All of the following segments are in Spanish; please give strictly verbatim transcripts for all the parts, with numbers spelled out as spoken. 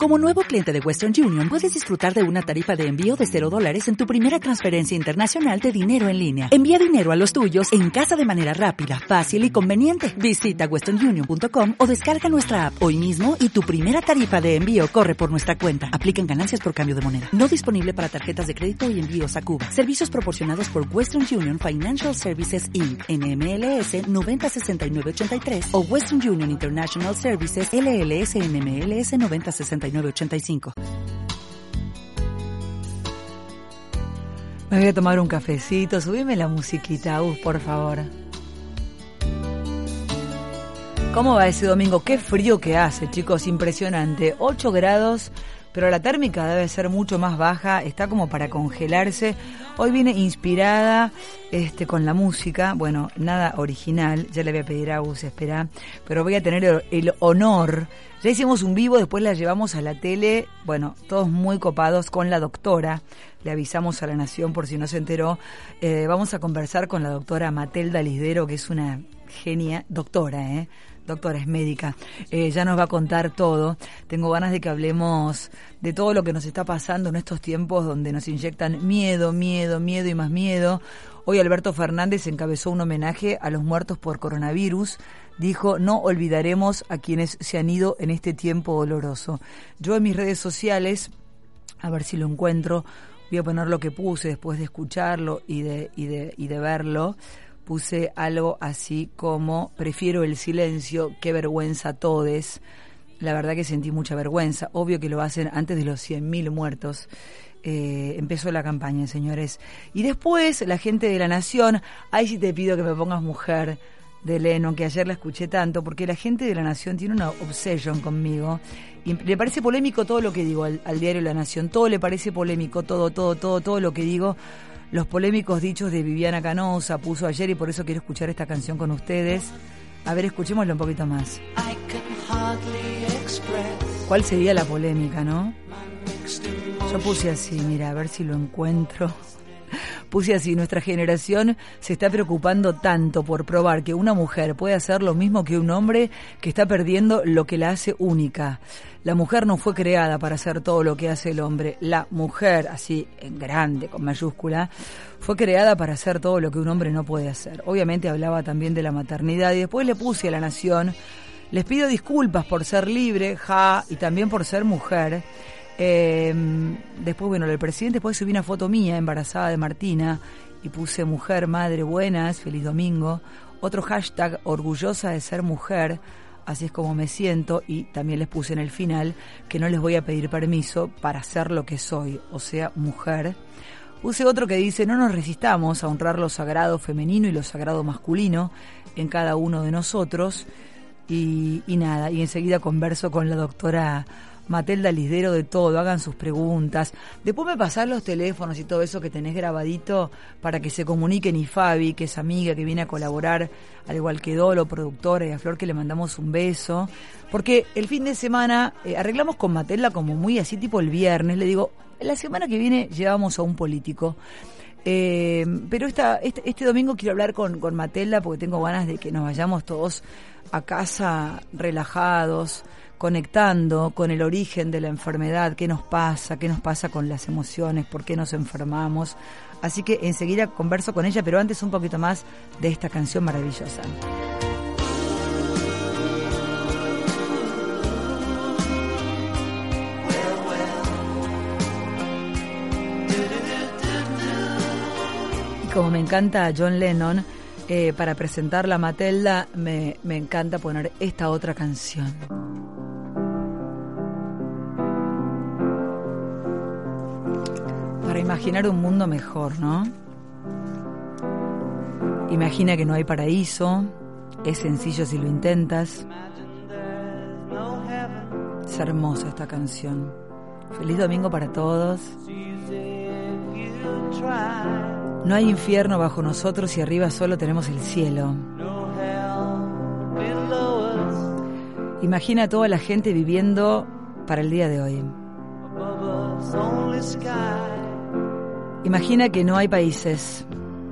Como nuevo cliente de Western Union, puedes disfrutar de una tarifa de envío de cero dólares en tu primera transferencia internacional de dinero en línea. Envía dinero a los tuyos en casa de manera rápida, fácil y conveniente. Visita western union punto com o descarga nuestra app hoy mismo y tu primera tarifa de envío corre por nuestra cuenta. Aplican ganancias por cambio de moneda. No disponible para tarjetas de crédito y envíos a Cuba. Servicios proporcionados por Western Union Financial Services incorporated. N M L S noventa sesenta y nueve ochenta y tres o Western Union International Services L L S N M L S noventa sesenta y nueve ochenta y cinco. Me voy a tomar un cafecito, subime la musiquita, uh, por favor. ¿Cómo va ese domingo? Qué frío que hace, chicos, impresionante. ocho grados, pero la térmica debe ser mucho más baja, está como para congelarse. Hoy vine inspirada este, con la música, bueno, nada original, ya le voy a pedir a Agus, espera, pero voy a tener el, el honor. Ya hicimos un vivo, después la llevamos a la tele, bueno, todos muy copados con la doctora, le avisamos a La Nación por si no se enteró. Eh, vamos a conversar con la doctora Matelda Lisdero, que es una genia, doctora, ¿eh? Doctora, es médica, eh, ya nos va a contar todo. Tengo ganas de que hablemos de todo lo que nos está pasando en estos tiempos donde nos inyectan miedo, miedo, miedo y más miedo. Hoy Alberto Fernández encabezó un homenaje a los muertos por coronavirus. Dijo, no olvidaremos a quienes se han ido en este tiempo doloroso. Yo en mis redes sociales, a ver si lo encuentro, voy a poner lo que puse después de escucharlo y de, y de, y de verlo. Puse algo así como, prefiero el silencio, qué vergüenza todes. La verdad que sentí mucha vergüenza. Obvio que lo hacen antes de los cien mil muertos. Eh, empezó la campaña, señores. Y después, la gente de La Nación, ahí sí te pido que me pongas mujer de Lennon, que ayer la escuché tanto, porque la gente de La Nación tiene una obsesión conmigo. Y le parece polémico todo lo que digo al, al diario La Nación. Todo le parece polémico, todo, todo, todo, todo lo que digo. Los polémicos dichos de Viviana Canosa puso ayer y por eso quiero escuchar esta canción con ustedes. A ver, escuchémoslo un poquito más. ¿Cuál sería la polémica, no? Yo puse así, mira, a ver si lo encuentro. Puse así, nuestra generación se está preocupando tanto por probar que una mujer puede hacer lo mismo que un hombre, que está perdiendo lo que la hace única. La mujer no fue creada para hacer todo lo que hace el hombre. La mujer, así en grande, con mayúscula, fue creada para hacer todo lo que un hombre no puede hacer. Obviamente hablaba también de la maternidad y después le puse a La Nación, les pido disculpas por ser libre, ja, y también por ser mujer. Eh, después, bueno, el presidente, después subí una foto mía embarazada de Martina y puse mujer, madre, buenas, feliz domingo. Otro hashtag, orgullosa de ser mujer, así es como me siento. Y también les puse en el final que no les voy a pedir permiso para ser lo que soy, o sea, mujer. Puse otro que dice, no nos resistamos a honrar lo sagrado femenino y lo sagrado masculino en cada uno de nosotros. Y, y nada, y enseguida converso con la doctora Matelda Lisdero de todo, hagan sus preguntas. Después me pasás los teléfonos y todo eso que tenés grabadito para que se comuniquen, y Fabi, que es amiga, que viene a colaborar, al igual que Dolo, productora, y a Flor, que le mandamos un beso. Porque el fin de semana eh, arreglamos con Matelda como muy así tipo el viernes, le digo, la semana que viene llevamos a un político. Eh, pero esta, este, este domingo quiero hablar con, con Matelda porque tengo ganas de que nos vayamos todos a casa relajados, conectando con el origen de la enfermedad, qué nos pasa, qué nos pasa con las emociones, por qué nos enfermamos. Así que enseguida converso con ella, pero antes un poquito más de esta canción maravillosa. Y como me encanta John Lennon, eh, para presentar la Matelda, me, me encanta poner esta otra canción. Para imaginar un mundo mejor, ¿no? Imagina que no hay paraíso, es sencillo si lo intentas. Es hermosa esta canción. Feliz domingo para todos. No hay infierno bajo nosotros y arriba solo tenemos el cielo. Imagina a toda la gente viviendo para el día de hoy. Imagina que no hay países.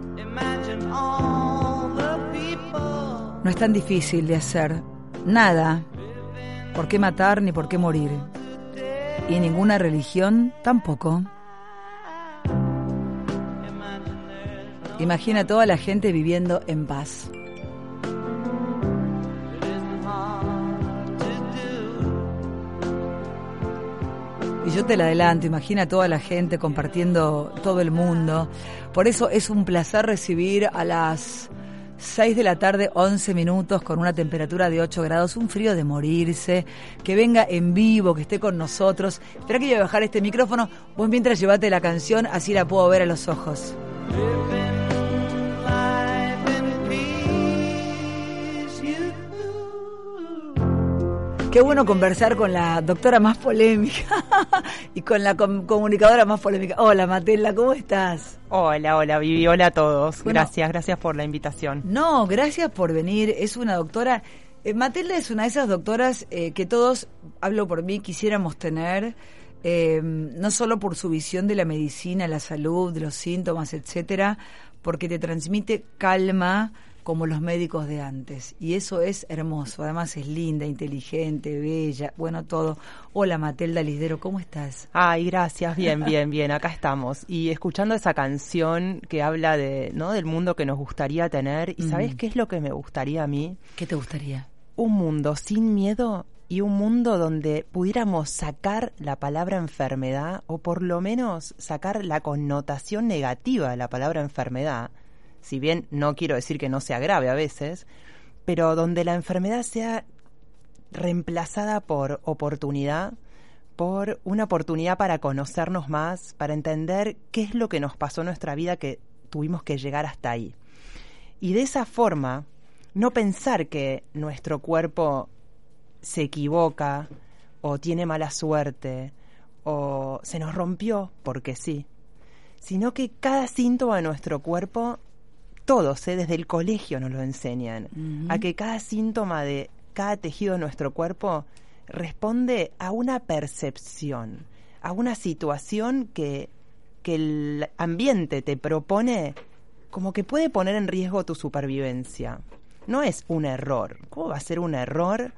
No es tan difícil de hacer nada. ¿Por qué matar ni por qué morir? Y ninguna religión tampoco. Imagina toda la gente viviendo en paz. Y yo te la adelanto, imagina toda la gente compartiendo todo el mundo. Por eso es un placer recibir a las seis de la tarde, once minutos, con una temperatura de ocho grados, un frío de morirse, que venga en vivo, que esté con nosotros. Espera que yo voy a bajar este micrófono, vos mientras llevate la canción, así la puedo ver a los ojos. Qué bueno conversar con la doctora más polémica y con la com- comunicadora más polémica. Hola, Matelda, ¿cómo estás? Hola, hola, Vivi, hola a todos. Bueno, gracias, gracias por la invitación. No, gracias por venir. Es una doctora... Eh, Matelda es una de esas doctoras eh, que todos, hablo por mí, quisiéramos tener, eh, no solo por su visión de la medicina, la salud, de los síntomas, etcétera, porque te transmite calma, como los médicos de antes, y eso es hermoso. Además es linda, inteligente, bella, bueno, todo. Hola, Matelda Lisdero, ¿cómo estás? Ay, gracias, bien, bien, bien, acá estamos. Y escuchando esa canción que habla de, ¿no?, del mundo que nos gustaría tener, ¿y mm. sabés qué es lo que me gustaría a mí? ¿Qué te gustaría? Un mundo sin miedo y un mundo donde pudiéramos sacar la palabra enfermedad, o por lo menos sacar la connotación negativa de la palabra enfermedad. Si bien no quiero decir que no sea grave a veces, pero donde la enfermedad sea reemplazada por oportunidad, por una oportunidad para conocernos más, para entender qué es lo que nos pasó en nuestra vida que tuvimos que llegar hasta ahí. Y de esa forma, no pensar que nuestro cuerpo se equivoca o tiene mala suerte o se nos rompió porque sí, sino que cada síntoma de nuestro cuerpo, todos, ¿eh? Desde el colegio nos lo enseñan, uh-huh. a que cada síntoma de cada tejido de nuestro cuerpo responde a una percepción, a una situación que, que el ambiente te propone como que puede poner en riesgo tu supervivencia. No es un error. ¿Cómo va a ser un error?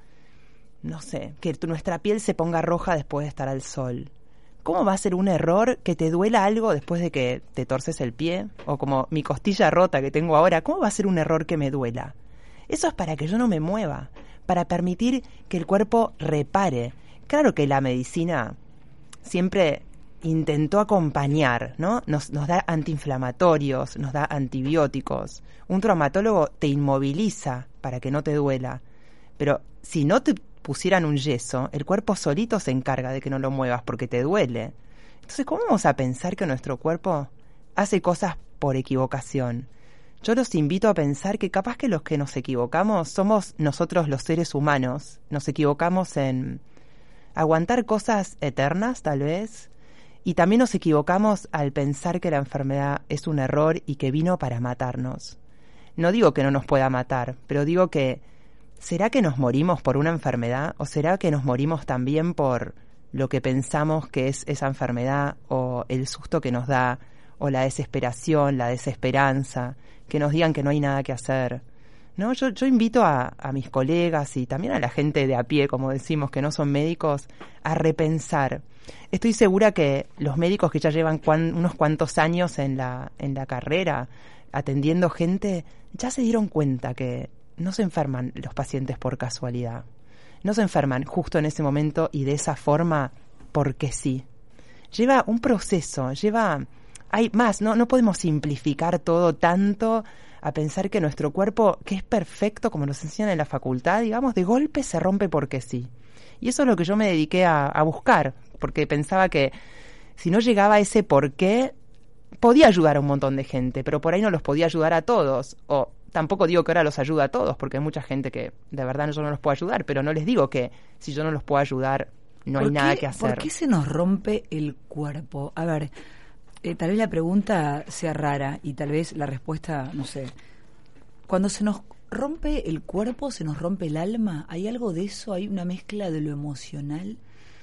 No sé, que tu, nuestra piel se ponga roja después de estar al sol. ¿Cómo va a ser un error que te duela algo después de que te torces el pie? O como mi costilla rota que tengo ahora, ¿cómo va a ser un error que me duela? Eso es para que yo no me mueva, para permitir que el cuerpo repare. Claro que la medicina siempre intentó acompañar, ¿no? Nos, nos da antiinflamatorios, nos da antibióticos. Un traumatólogo te inmoviliza para que no te duela. Pero si no te pusieran un yeso, el cuerpo solito se encarga de que no lo muevas porque te duele. Entonces, ¿cómo vamos a pensar que nuestro cuerpo hace cosas por equivocación? Yo los invito a pensar que capaz que los que nos equivocamos somos nosotros los seres humanos. Nos equivocamos en aguantar cosas eternas, tal vez, y también nos equivocamos al pensar que la enfermedad es un error y que vino para matarnos. No digo que no nos pueda matar, pero digo que ¿será que nos morimos por una enfermedad o será que nos morimos también por lo que pensamos que es esa enfermedad o el susto que nos da o la desesperación, la desesperanza, que nos digan que no hay nada que hacer? No, yo, yo invito a, a mis colegas y también a la gente de a pie, como decimos, que no son médicos, a repensar. Estoy segura que los médicos que ya llevan cuan, unos cuantos años en la, en la carrera atendiendo gente, ya se dieron cuenta que no se enferman los pacientes por casualidad. No se enferman justo en ese momento y de esa forma porque sí. Lleva un proceso, lleva... Hay más, no, no podemos simplificar todo tanto a pensar que nuestro cuerpo, que es perfecto, como nos enseñan en la facultad, digamos, de golpe se rompe porque sí. Y eso es lo que yo me dediqué a, a buscar, porque pensaba que si no llegaba a ese por qué, podía ayudar a un montón de gente, pero por ahí no los podía ayudar a todos, o tampoco digo que ahora los ayuda a todos, porque hay mucha gente que de verdad yo no los puedo ayudar, pero no les digo que si yo no los puedo ayudar no hay nada que hacer. ¿Por qué se nos rompe el cuerpo? A ver, eh, tal vez la pregunta sea rara y tal vez la respuesta, no sé. Cuando se nos rompe el cuerpo, se nos rompe el alma, ¿hay algo de eso? ¿Hay una mezcla de lo emocional?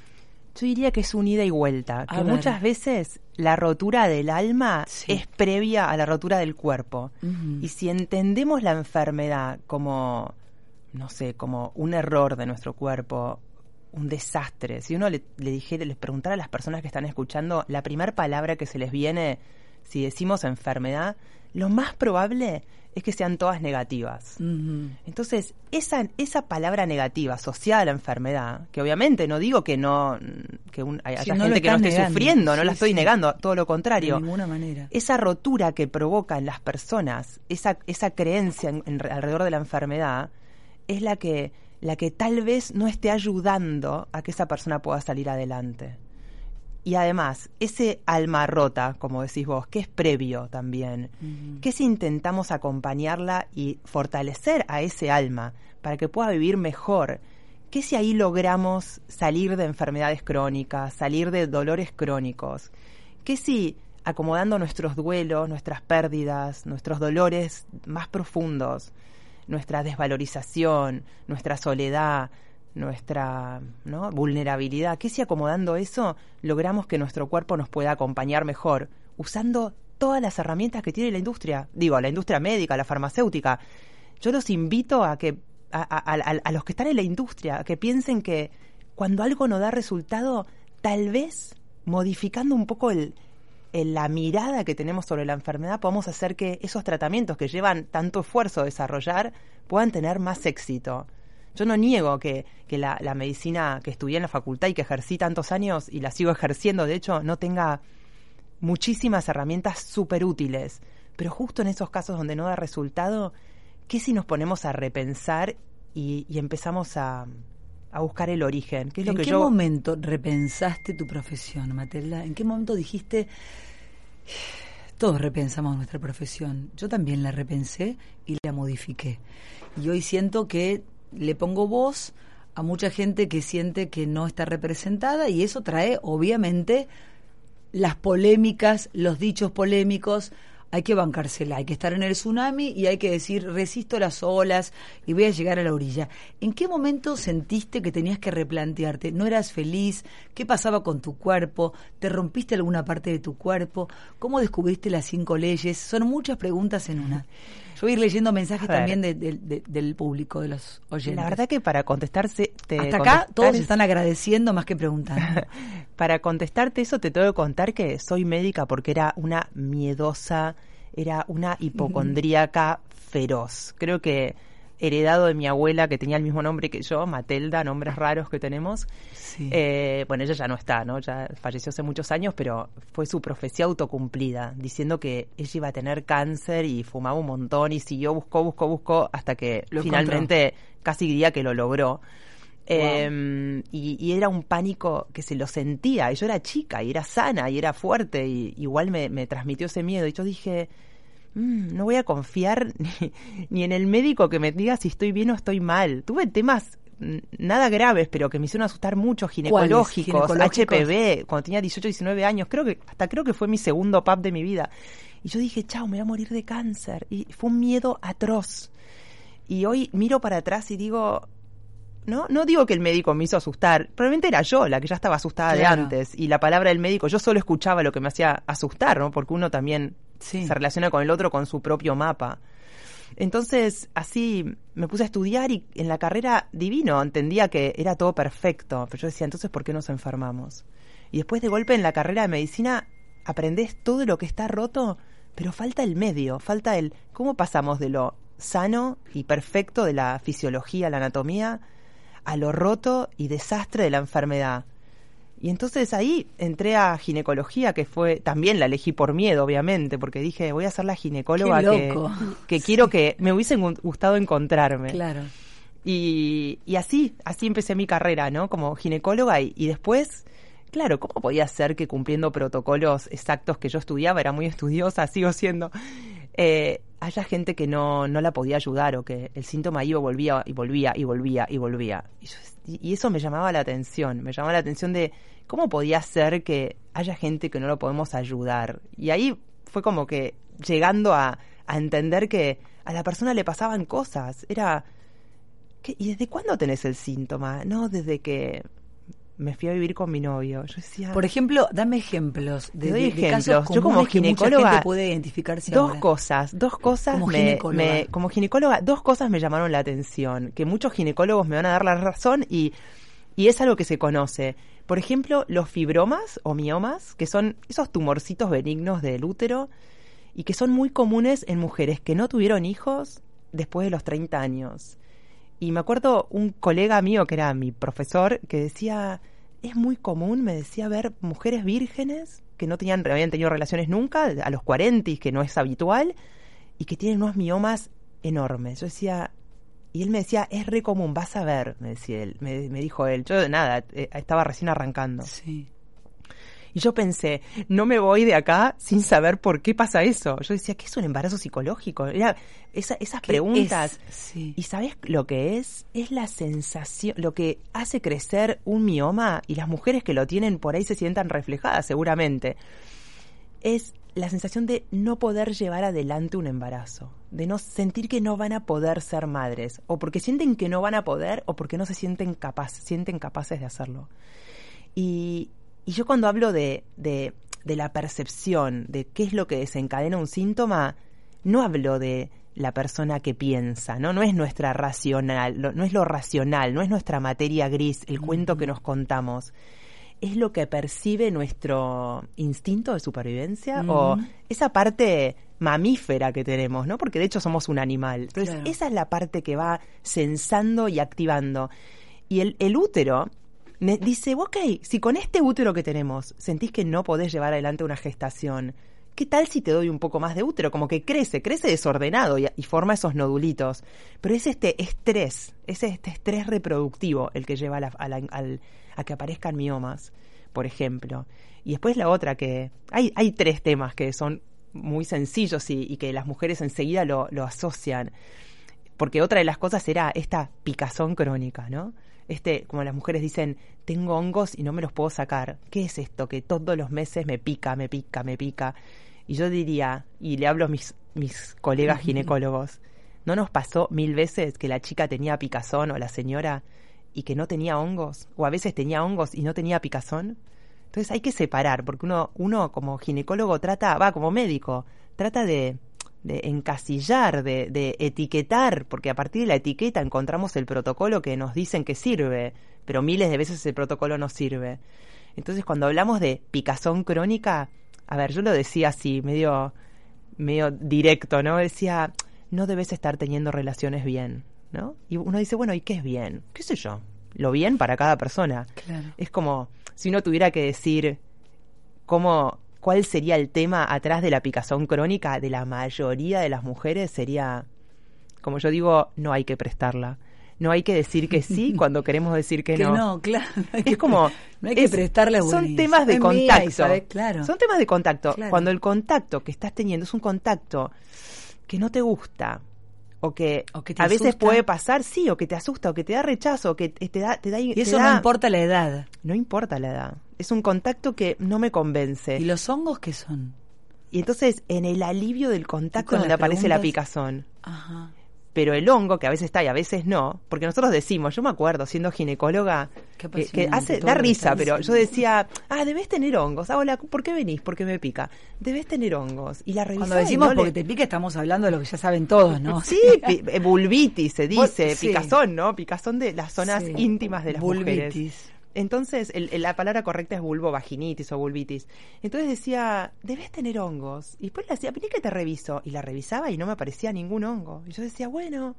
Yo diría que es un ida y vuelta, que a ver. Muchas veces la rotura del alma sí. es previa a la rotura del cuerpo. Uh-huh. Y si entendemos la enfermedad como, no sé, como un error de nuestro cuerpo, un desastre. Si uno le, le dijera, les preguntara a las personas que están escuchando, la primera palabra que se les viene, si decimos enfermedad, lo más probable es que sean todas negativas. Uh-huh. Entonces, esa, esa palabra negativa asociada a la enfermedad, que obviamente no digo que no que un, haya sí, no gente que no esté negando. sufriendo, no sí, la estoy sí. negando, todo lo contrario. De ninguna manera. Esa rotura que provoca en las personas, esa, esa creencia en, en, alrededor de la enfermedad, es la que, la que tal vez no esté ayudando a que esa persona pueda salir adelante. Y además, ese alma rota, como decís vos, que es previo también, uh-huh. que si intentamos acompañarla y fortalecer a ese alma para que pueda vivir mejor, que si ahí logramos salir de enfermedades crónicas, salir de dolores crónicos, que si acomodando nuestros duelos, nuestras pérdidas, nuestros dolores más profundos, nuestra desvalorización, nuestra soledad, nuestra ¿no? vulnerabilidad, que si acomodando eso logramos que nuestro cuerpo nos pueda acompañar mejor, usando todas las herramientas que tiene la industria, digo, la industria médica, la farmacéutica. Yo los invito a que a, a, a, a los que están en la industria, a que piensen que cuando algo no da resultado, tal vez modificando un poco el, el, la mirada que tenemos sobre la enfermedad, podemos hacer que esos tratamientos que llevan tanto esfuerzo a desarrollar puedan tener más éxito. Yo no niego que, que la, la medicina que estudié en la facultad y que ejercí tantos años y la sigo ejerciendo, de hecho, no tenga muchísimas herramientas súper útiles. Pero justo en esos casos donde no da resultado, ¿qué si nos ponemos a repensar y, y empezamos a, a buscar el origen? ¿Qué es lo ¿En que qué yo... momento repensaste tu profesión, Matelda? ¿En qué momento dijiste... Todos repensamos nuestra profesión. Yo también la repensé y la modifiqué. Y hoy siento que le pongo voz a mucha gente que siente que no está representada y eso trae, obviamente, las polémicas, los dichos polémicos. Hay que bancársela, hay que estar en el tsunami y hay que decir, resisto las olas y voy a llegar a la orilla. ¿En qué momento sentiste que tenías que replantearte? ¿No eras feliz? ¿Qué pasaba con tu cuerpo? ¿Te rompiste alguna parte de tu cuerpo? ¿Cómo descubriste las cinco leyes? Son muchas preguntas en una. Yo voy a ir leyendo mensajes también de, de, de, del público, de los oyentes. La verdad que para contestarse... Te Hasta acá todos es... están agradeciendo más que preguntando. Para contestarte eso te tengo que contar que soy médica porque era una miedosa, era una hipocondríaca feroz. Creo que heredado de mi abuela, que tenía el mismo nombre que yo, Matelda, nombres raros que tenemos. Sí. Eh, bueno, ella ya no está, ¿no? Ya falleció hace muchos años, pero fue su profecía autocumplida, diciendo que ella iba a tener cáncer y fumaba un montón y siguió, buscó, buscó, buscó, hasta que lo finalmente encontró. Casi diría que lo logró. Eh, wow. y, y era un pánico que se lo sentía, y yo era chica, y era sana, y era fuerte, y igual me, me transmitió ese miedo, y yo dije... no voy a confiar ni, ni en el médico que me diga si estoy bien o estoy mal. Tuve temas nada graves, pero que me hicieron asustar mucho, ginecológicos, ginecológicos, H P V, cuando tenía dieciocho, diecinueve años, creo que hasta creo que fue mi segundo P A P de mi vida. Y yo dije, chao, me voy a morir de cáncer. Y fue un miedo atroz. Y hoy miro para atrás y digo... No, no digo que el médico me hizo asustar, probablemente era yo la que ya estaba asustada claro. de antes, y la palabra del médico, yo solo escuchaba lo que me hacía asustar, ¿no? Porque uno también sí. se relaciona con el otro con su propio mapa. Entonces, así me puse a estudiar y en la carrera divino, entendía que era todo perfecto, pero yo decía, entonces, ¿por qué nos enfermamos? Y después de golpe en la carrera de medicina aprendés todo lo que está roto, pero falta el medio, falta el cómo pasamos de lo sano y perfecto de la fisiología, la anatomía, a lo roto y desastre de la enfermedad. Y entonces ahí entré a ginecología, que fue, también la elegí por miedo, obviamente, porque dije, voy a ser la ginecóloga que, que sí. quiero que me hubiese gustado encontrarme. Claro. Y, y así, así empecé mi carrera, ¿no? Como ginecóloga y, y después, claro, ¿cómo podía ser que cumpliendo protocolos exactos que yo estudiaba, era muy estudiosa, sigo siendo... Eh, haya gente que no, no la podía ayudar o que el síntoma iba, volvía y volvía y volvía y volvía. Y, yo, y eso me llamaba la atención, me llamaba la atención de cómo podía ser que haya gente que no lo podemos ayudar. Y ahí fue como que llegando a, a entender que a la persona le pasaban cosas. Era, ¿qué? ¿Y desde cuándo tenés el síntoma? No, desde que... me fui a vivir con mi novio. Yo decía... Por ejemplo, dame ejemplos. De, doy de, ejemplos. De casos yo como ginecóloga... mucha gente puede identificarse Dos ahora. cosas, dos cosas... Como me, ginecóloga. Me, como ginecóloga, dos cosas me llamaron la atención. Que muchos ginecólogos me van a dar la razón y... Y es algo que se conoce. Por ejemplo, los fibromas o miomas, que son esos tumorcitos benignos del útero y que son muy comunes en mujeres que no tuvieron hijos después de los treinta años. Y me acuerdo un colega mío que era mi profesor que decía, es muy común, me decía, ver mujeres vírgenes que no tenían, habían tenido relaciones nunca, a los cuarenta, que no es habitual, y que tienen unos miomas enormes. Yo decía, y él me decía, es re común, vas a ver, me decía él, me, me dijo él. Yo nada, eh, estaba recién arrancando. Sí. Y yo pensé, no me voy de acá sin saber por qué pasa eso. Yo decía, ¿qué es un embarazo psicológico? Era esa, esas preguntas. Sí. ¿Y sabes lo que es? Es la sensación, lo que hace crecer un mioma, y las mujeres que lo tienen por ahí se sientan reflejadas seguramente. Es la sensación de no poder llevar adelante un embarazo, de no sentir que no van a poder ser madres, o porque sienten que no van a poder, o porque no se sienten capaces, sienten capaces de hacerlo. Y Y yo cuando hablo de, de, de la percepción, de qué es lo que desencadena un síntoma, no hablo de la persona que piensa, ¿no? No es nuestra racional, lo, no es lo racional, no es nuestra materia gris, el mm. cuento que nos contamos. Es lo que percibe nuestro instinto de supervivencia mm. o esa parte mamífera que tenemos, ¿no? Porque de hecho somos un animal. Entonces, claro. esa es la parte que va sensando y activando. Y el, el útero me dice, ok, si con este útero que tenemos sentís que no podés llevar adelante una gestación, ¿qué tal si te doy un poco más de útero? Como que crece, crece desordenado y, y forma esos nodulitos. Pero es este estrés, es este estrés reproductivo el que lleva a, la, a, la, al, a que aparezcan miomas, por ejemplo. Y después la otra que... Hay, hay tres temas que son muy sencillos y, y que las mujeres enseguida lo, lo asocian. Porque otra de las cosas era esta picazón crónica, ¿no? Este, como las mujeres dicen, tengo hongos y no me los puedo sacar. ¿Qué es esto? Que todos los meses me pica, me pica, me pica. Y yo diría, y le hablo a mis, mis colegas ginecólogos, ¿no nos pasó mil veces que la chica tenía picazón o la señora y que no tenía hongos? O a veces tenía hongos y no tenía picazón. Entonces hay que separar, porque uno, uno como ginecólogo trata, va, como médico, trata de... de encasillar, de, de etiquetar, porque a partir de la etiqueta encontramos el protocolo que nos dicen que sirve, pero miles de veces ese protocolo no sirve. Entonces, cuando hablamos de picazón crónica, a ver, yo lo decía así, medio, medio directo, ¿no? Decía, no debes estar teniendo relaciones bien, ¿no? Y uno dice, bueno, ¿y qué es bien? ¿Qué sé yo? Lo bien para cada persona. Claro. Es como si uno tuviera que decir cómo... ¿Cuál sería el tema atrás de la picazón crónica de la mayoría de las mujeres? Sería, como yo digo, no hay que prestarla. No hay que decir que sí cuando queremos decir que, que no. Que no, claro. Es como... No hay que es, prestarle Son buenísimo. temas de es contacto. Mía, Isabel, claro. Son temas de contacto. Claro. Cuando el contacto que estás teniendo es un contacto que no te gusta, o que, o que te a asusta. veces puede pasar, sí, o que te asusta, o que te da rechazo, o que te da... Te da y te eso da, no importa la edad. No importa la edad. Es un contacto que no me convence. ¿Y los hongos qué son? Y entonces, en el alivio del contacto es donde aparece preguntas? la picazón. Ajá. Pero el hongo, que a veces está y a veces no, porque nosotros decimos, yo me acuerdo siendo ginecóloga, que, que hace da risa, pero yo decía, ah, debes tener hongos. Ah, hola, ¿por qué venís? ¿Por qué me pica? Debes tener hongos. Y la revisaba. Cuando decimos no porque le... te pica, estamos hablando de lo que ya saben todos, ¿no? Sí, pi- vulvitis se dice, sí. picazón, ¿no? Picazón de las zonas sí. íntimas de las vulvitis. mujeres. Entonces, el, el, la palabra correcta es vulvovaginitis o vulvitis. Entonces decía, debes tener hongos. Y después le decía, vení que te reviso. Y la revisaba y no me aparecía ningún hongo. Y yo decía, bueno,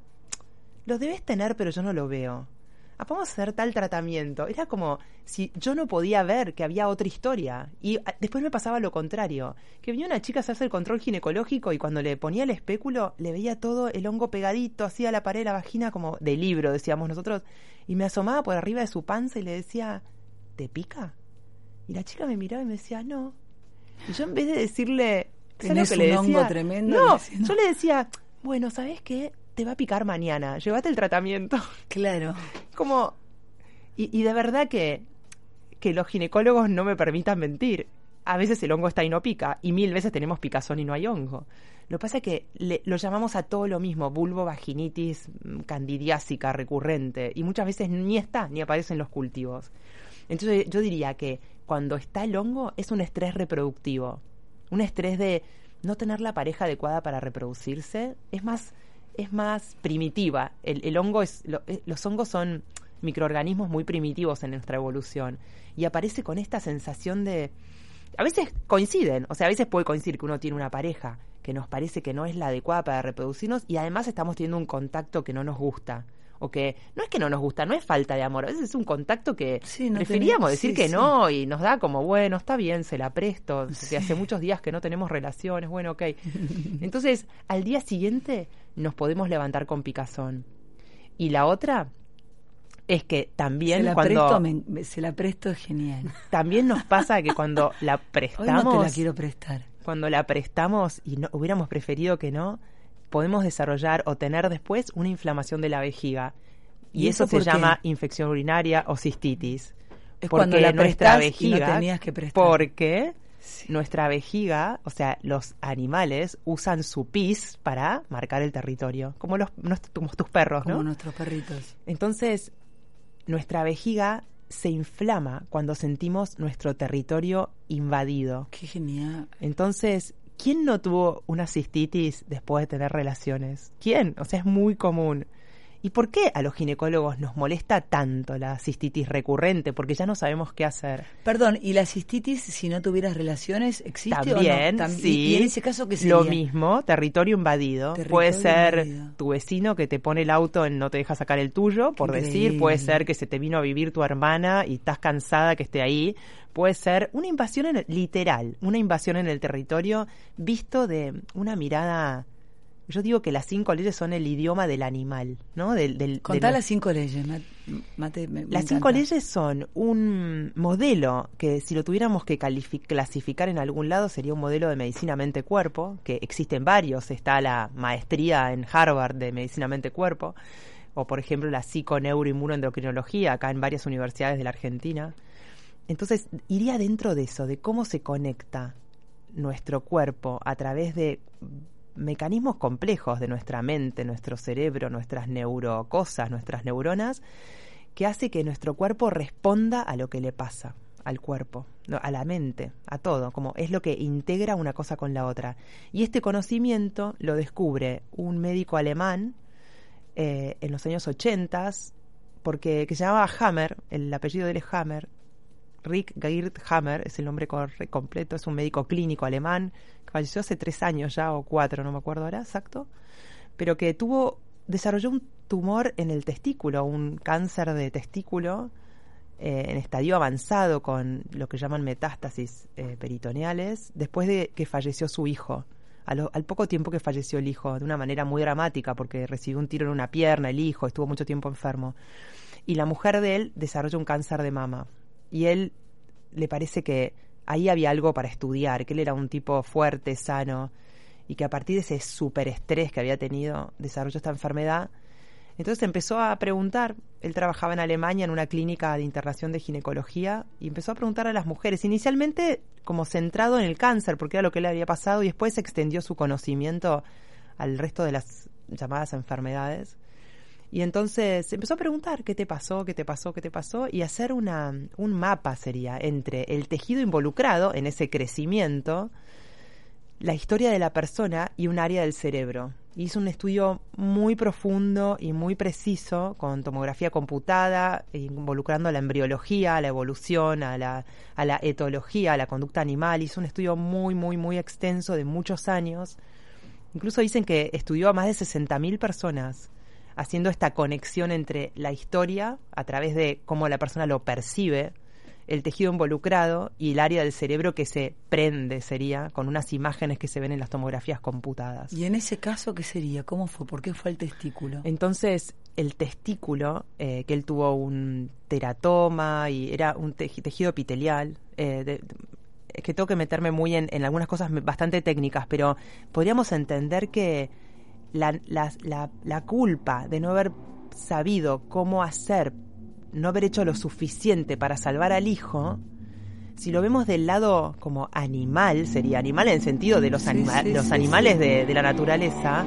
los debes tener, pero yo no lo veo. Ah, vamos a hacer tal tratamiento. Era como si yo no podía ver que había otra historia. Y a, después me pasaba lo contrario. Que venía una chica a hacerse el control ginecológico y cuando le ponía el espéculo, le veía todo el hongo pegadito, así a la pared de la vagina, como de libro, decíamos nosotros. Y me asomaba por arriba de su panza y le decía, ¿te pica? Y la chica me miraba y me decía, no. Y yo en vez de decirle... ¿Tenés lo que un le decía? hongo tremendo? No, decía, no, yo le decía, bueno, ¿sabes qué? Te va a picar mañana, llévate el tratamiento. Claro. Como... Y, y de verdad que, que los ginecólogos no me permitan mentir. A veces el hongo está y no pica, y mil veces tenemos picazón y no hay hongo. Lo que pasa es que le, lo llamamos a todo lo mismo, vulvovaginitis candidiásica recurrente, y muchas veces ni está, ni aparece en los cultivos. Entonces yo diría que cuando está el hongo es un estrés reproductivo, un estrés de no tener la pareja adecuada para reproducirse, es más, es más primitiva. El, el hongo es, lo, los hongos son microorganismos muy primitivos en nuestra evolución. Y aparece con esta sensación de... A veces coinciden, o sea, a veces puede coincidir que uno tiene una pareja que nos parece que no es la adecuada para reproducirnos y además estamos teniendo un contacto que no nos gusta. O que no es que no nos gusta, no es falta de amor, a veces es un contacto que sí, no preferíamos tenés, decir sí, que sí. no y nos da como, bueno, está bien, se la presto, Sí. si hace muchos días que no tenemos relaciones, bueno, ok. Entonces, al día siguiente nos podemos levantar con picazón. Y la otra es que también se la cuando... presto, me, se la presto es genial. También nos pasa que cuando la prestamos... Hoy no te la quiero prestar. Cuando la prestamos y no hubiéramos preferido que no, podemos desarrollar o tener después una inflamación de la vejiga. Y, ¿Y eso, eso se por qué? llama infección urinaria o cistitis. Es porque cuando la nuestra prestás y no vejiga, tenías que prestar. porque Sí. nuestra vejiga, o sea, los animales usan su pis para marcar el territorio, como los nuestros- como tus perros, ¿no? Como nuestros perritos. Entonces, nuestra vejiga se inflama cuando sentimos nuestro territorio invadido. Qué genial. Entonces, ¿quién no tuvo una cistitis después de tener relaciones? ¿Quién? O sea, es muy común. ¿Y por qué a los ginecólogos nos molesta tanto la cistitis recurrente? Porque ya no sabemos qué hacer. Perdón, ¿y la cistitis, si no tuvieras relaciones, existe También, o no? Tam- sí. ¿Y en ese caso qué sería? Lo mismo, territorio invadido. Territorio puede ser invadido. tu vecino que te pone el auto en no te deja sacar el tuyo, por Qué decir. Puede increíble. ser que se te vino a vivir tu hermana y estás cansada que esté ahí. Puede ser una invasión en el- literal, una invasión en el territorio visto de una mirada... Yo digo que las cinco leyes son el idioma del animal, ¿no? Del, del, Contá de las cinco leyes, Mat- Mate. Me, me Las cinco encanta. leyes son un modelo que si lo tuviéramos que califi- clasificar en algún lado sería un modelo de medicina mente-cuerpo, que existen varios. Está la maestría en Harvard de medicina mente-cuerpo, o por ejemplo la psiconeuroinmunoendocrinología acá en varias universidades de la Argentina. Entonces iría dentro de eso, de cómo se conecta nuestro cuerpo a través de mecanismos complejos de nuestra mente, nuestro cerebro, nuestras neurocosas, nuestras neuronas, que hace que nuestro cuerpo responda a lo que le pasa al cuerpo, no, a la mente, a todo, como es lo que integra una cosa con la otra. Y este conocimiento lo descubre un médico alemán eh, en los años ochentas, porque que se llamaba Hammer, el apellido de él es Hammer, Rick Gerd Hammer es el nombre corre- completo, es un médico clínico alemán que falleció hace tres años ya o cuatro, no me acuerdo ahora exacto, pero que tuvo, desarrolló un tumor en el testículo, un cáncer de testículo eh, en estadio avanzado con lo que llaman metástasis eh, peritoneales, después de que falleció su hijo. A lo, al poco tiempo que falleció el hijo, de una manera muy dramática, porque recibió un tiro en una pierna, el hijo, estuvo mucho tiempo enfermo. Y la mujer de él desarrolló un cáncer de mama. Y él le parece que ahí había algo para estudiar, que él era un tipo fuerte, sano, y que a partir de ese superestrés que había tenido, desarrolló esta enfermedad. Entonces empezó a preguntar, él trabajaba en Alemania en una clínica de internación de ginecología, y empezó a preguntar a las mujeres, inicialmente como centrado en el cáncer, porque era lo que le había pasado, y después extendió su conocimiento al resto de las llamadas enfermedades. Y entonces empezó a preguntar qué te pasó, qué te pasó, qué te pasó, y hacer una, un mapa sería entre el tejido involucrado en ese crecimiento, la historia de la persona y un área del cerebro. Hizo un estudio muy profundo y muy preciso con tomografía computada, involucrando a la embriología, a la evolución, a la, a la etología, a la conducta animal. Hizo un estudio muy, muy, muy extenso de muchos años. Incluso dicen que estudió a más de sesenta mil personas, haciendo esta conexión entre la historia, a través de cómo la persona lo percibe, el tejido involucrado y el área del cerebro que se prende, sería, con unas imágenes que se ven en las tomografías computadas. ¿Y en ese caso qué sería? ¿Cómo fue? ¿Por qué fue el testículo? Entonces, el testículo, eh, que él tuvo un teratoma y era un tej- tejido epitelial, eh, de, de, es que tengo que meterme muy en, en algunas cosas bastante técnicas, pero podríamos entender que la, la, la, la culpa de no haber sabido cómo hacer, no haber hecho lo suficiente para salvar al hijo, si lo vemos del lado como animal, sería animal en el sentido de los, Sí, anima- sí, los sí, animales sí. De, de la naturaleza,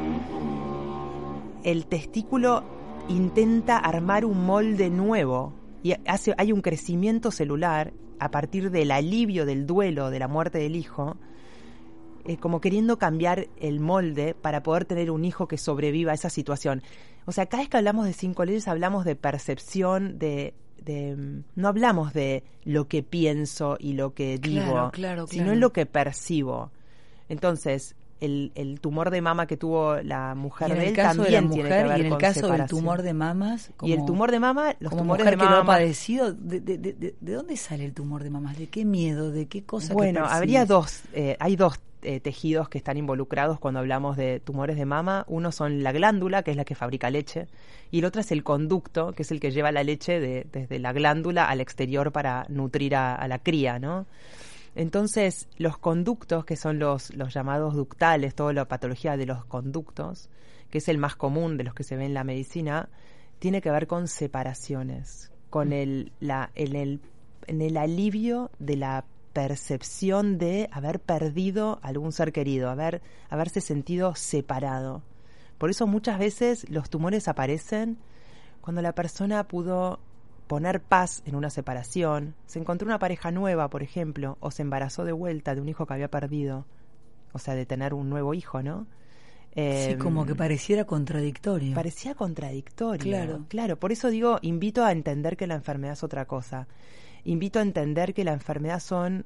el testículo intenta armar un molde nuevo y hace, hay un crecimiento celular a partir del alivio del duelo de la muerte del hijo. eh, como queriendo cambiar el molde para poder tener un hijo que sobreviva a esa situación. O sea, cada vez que hablamos de cinco leyes hablamos de percepción, de, de no hablamos de lo que pienso y lo que digo, claro, claro, sino claro. en lo que percibo. Entonces, el, el tumor de mama que tuvo la mujer y en de el él caso también de la tiene mujer, que ver y en el con caso del separación. tumor de mamas, como, y el tumor de mama, los como tumores mujer de que lo ha mama... padecido, de, de, de, de, ¿de dónde sale el tumor de mamas? ¿De qué miedo? ¿De qué cosa? Bueno, que habría dos, eh, hay dos eh, tejidos que están involucrados cuando hablamos de tumores de mama. Uno son la glándula, que es la que fabrica leche, y el otro es el conducto, que es el que lleva la leche de, desde la glándula al exterior para nutrir a, a la cría, ¿no? Entonces, los conductos, que son los, los llamados ductales, toda la patología de los conductos, que es el más común de los que se ve en la medicina, tiene que ver con separaciones, con el, la, en, el, en el alivio de la percepción de haber perdido algún ser querido, haber, haberse sentido separado. Por eso muchas veces los tumores aparecen cuando la persona pudo poner paz en una separación, se encontró una pareja nueva, por ejemplo, o se embarazó de vuelta de un hijo que había perdido, o sea, de tener un nuevo hijo, ¿no? Eh, sí, como que pareciera contradictorio. Parecía contradictorio. Claro. Claro, por eso digo, invito a entender que la enfermedad es otra cosa. Invito a entender que la enfermedad son,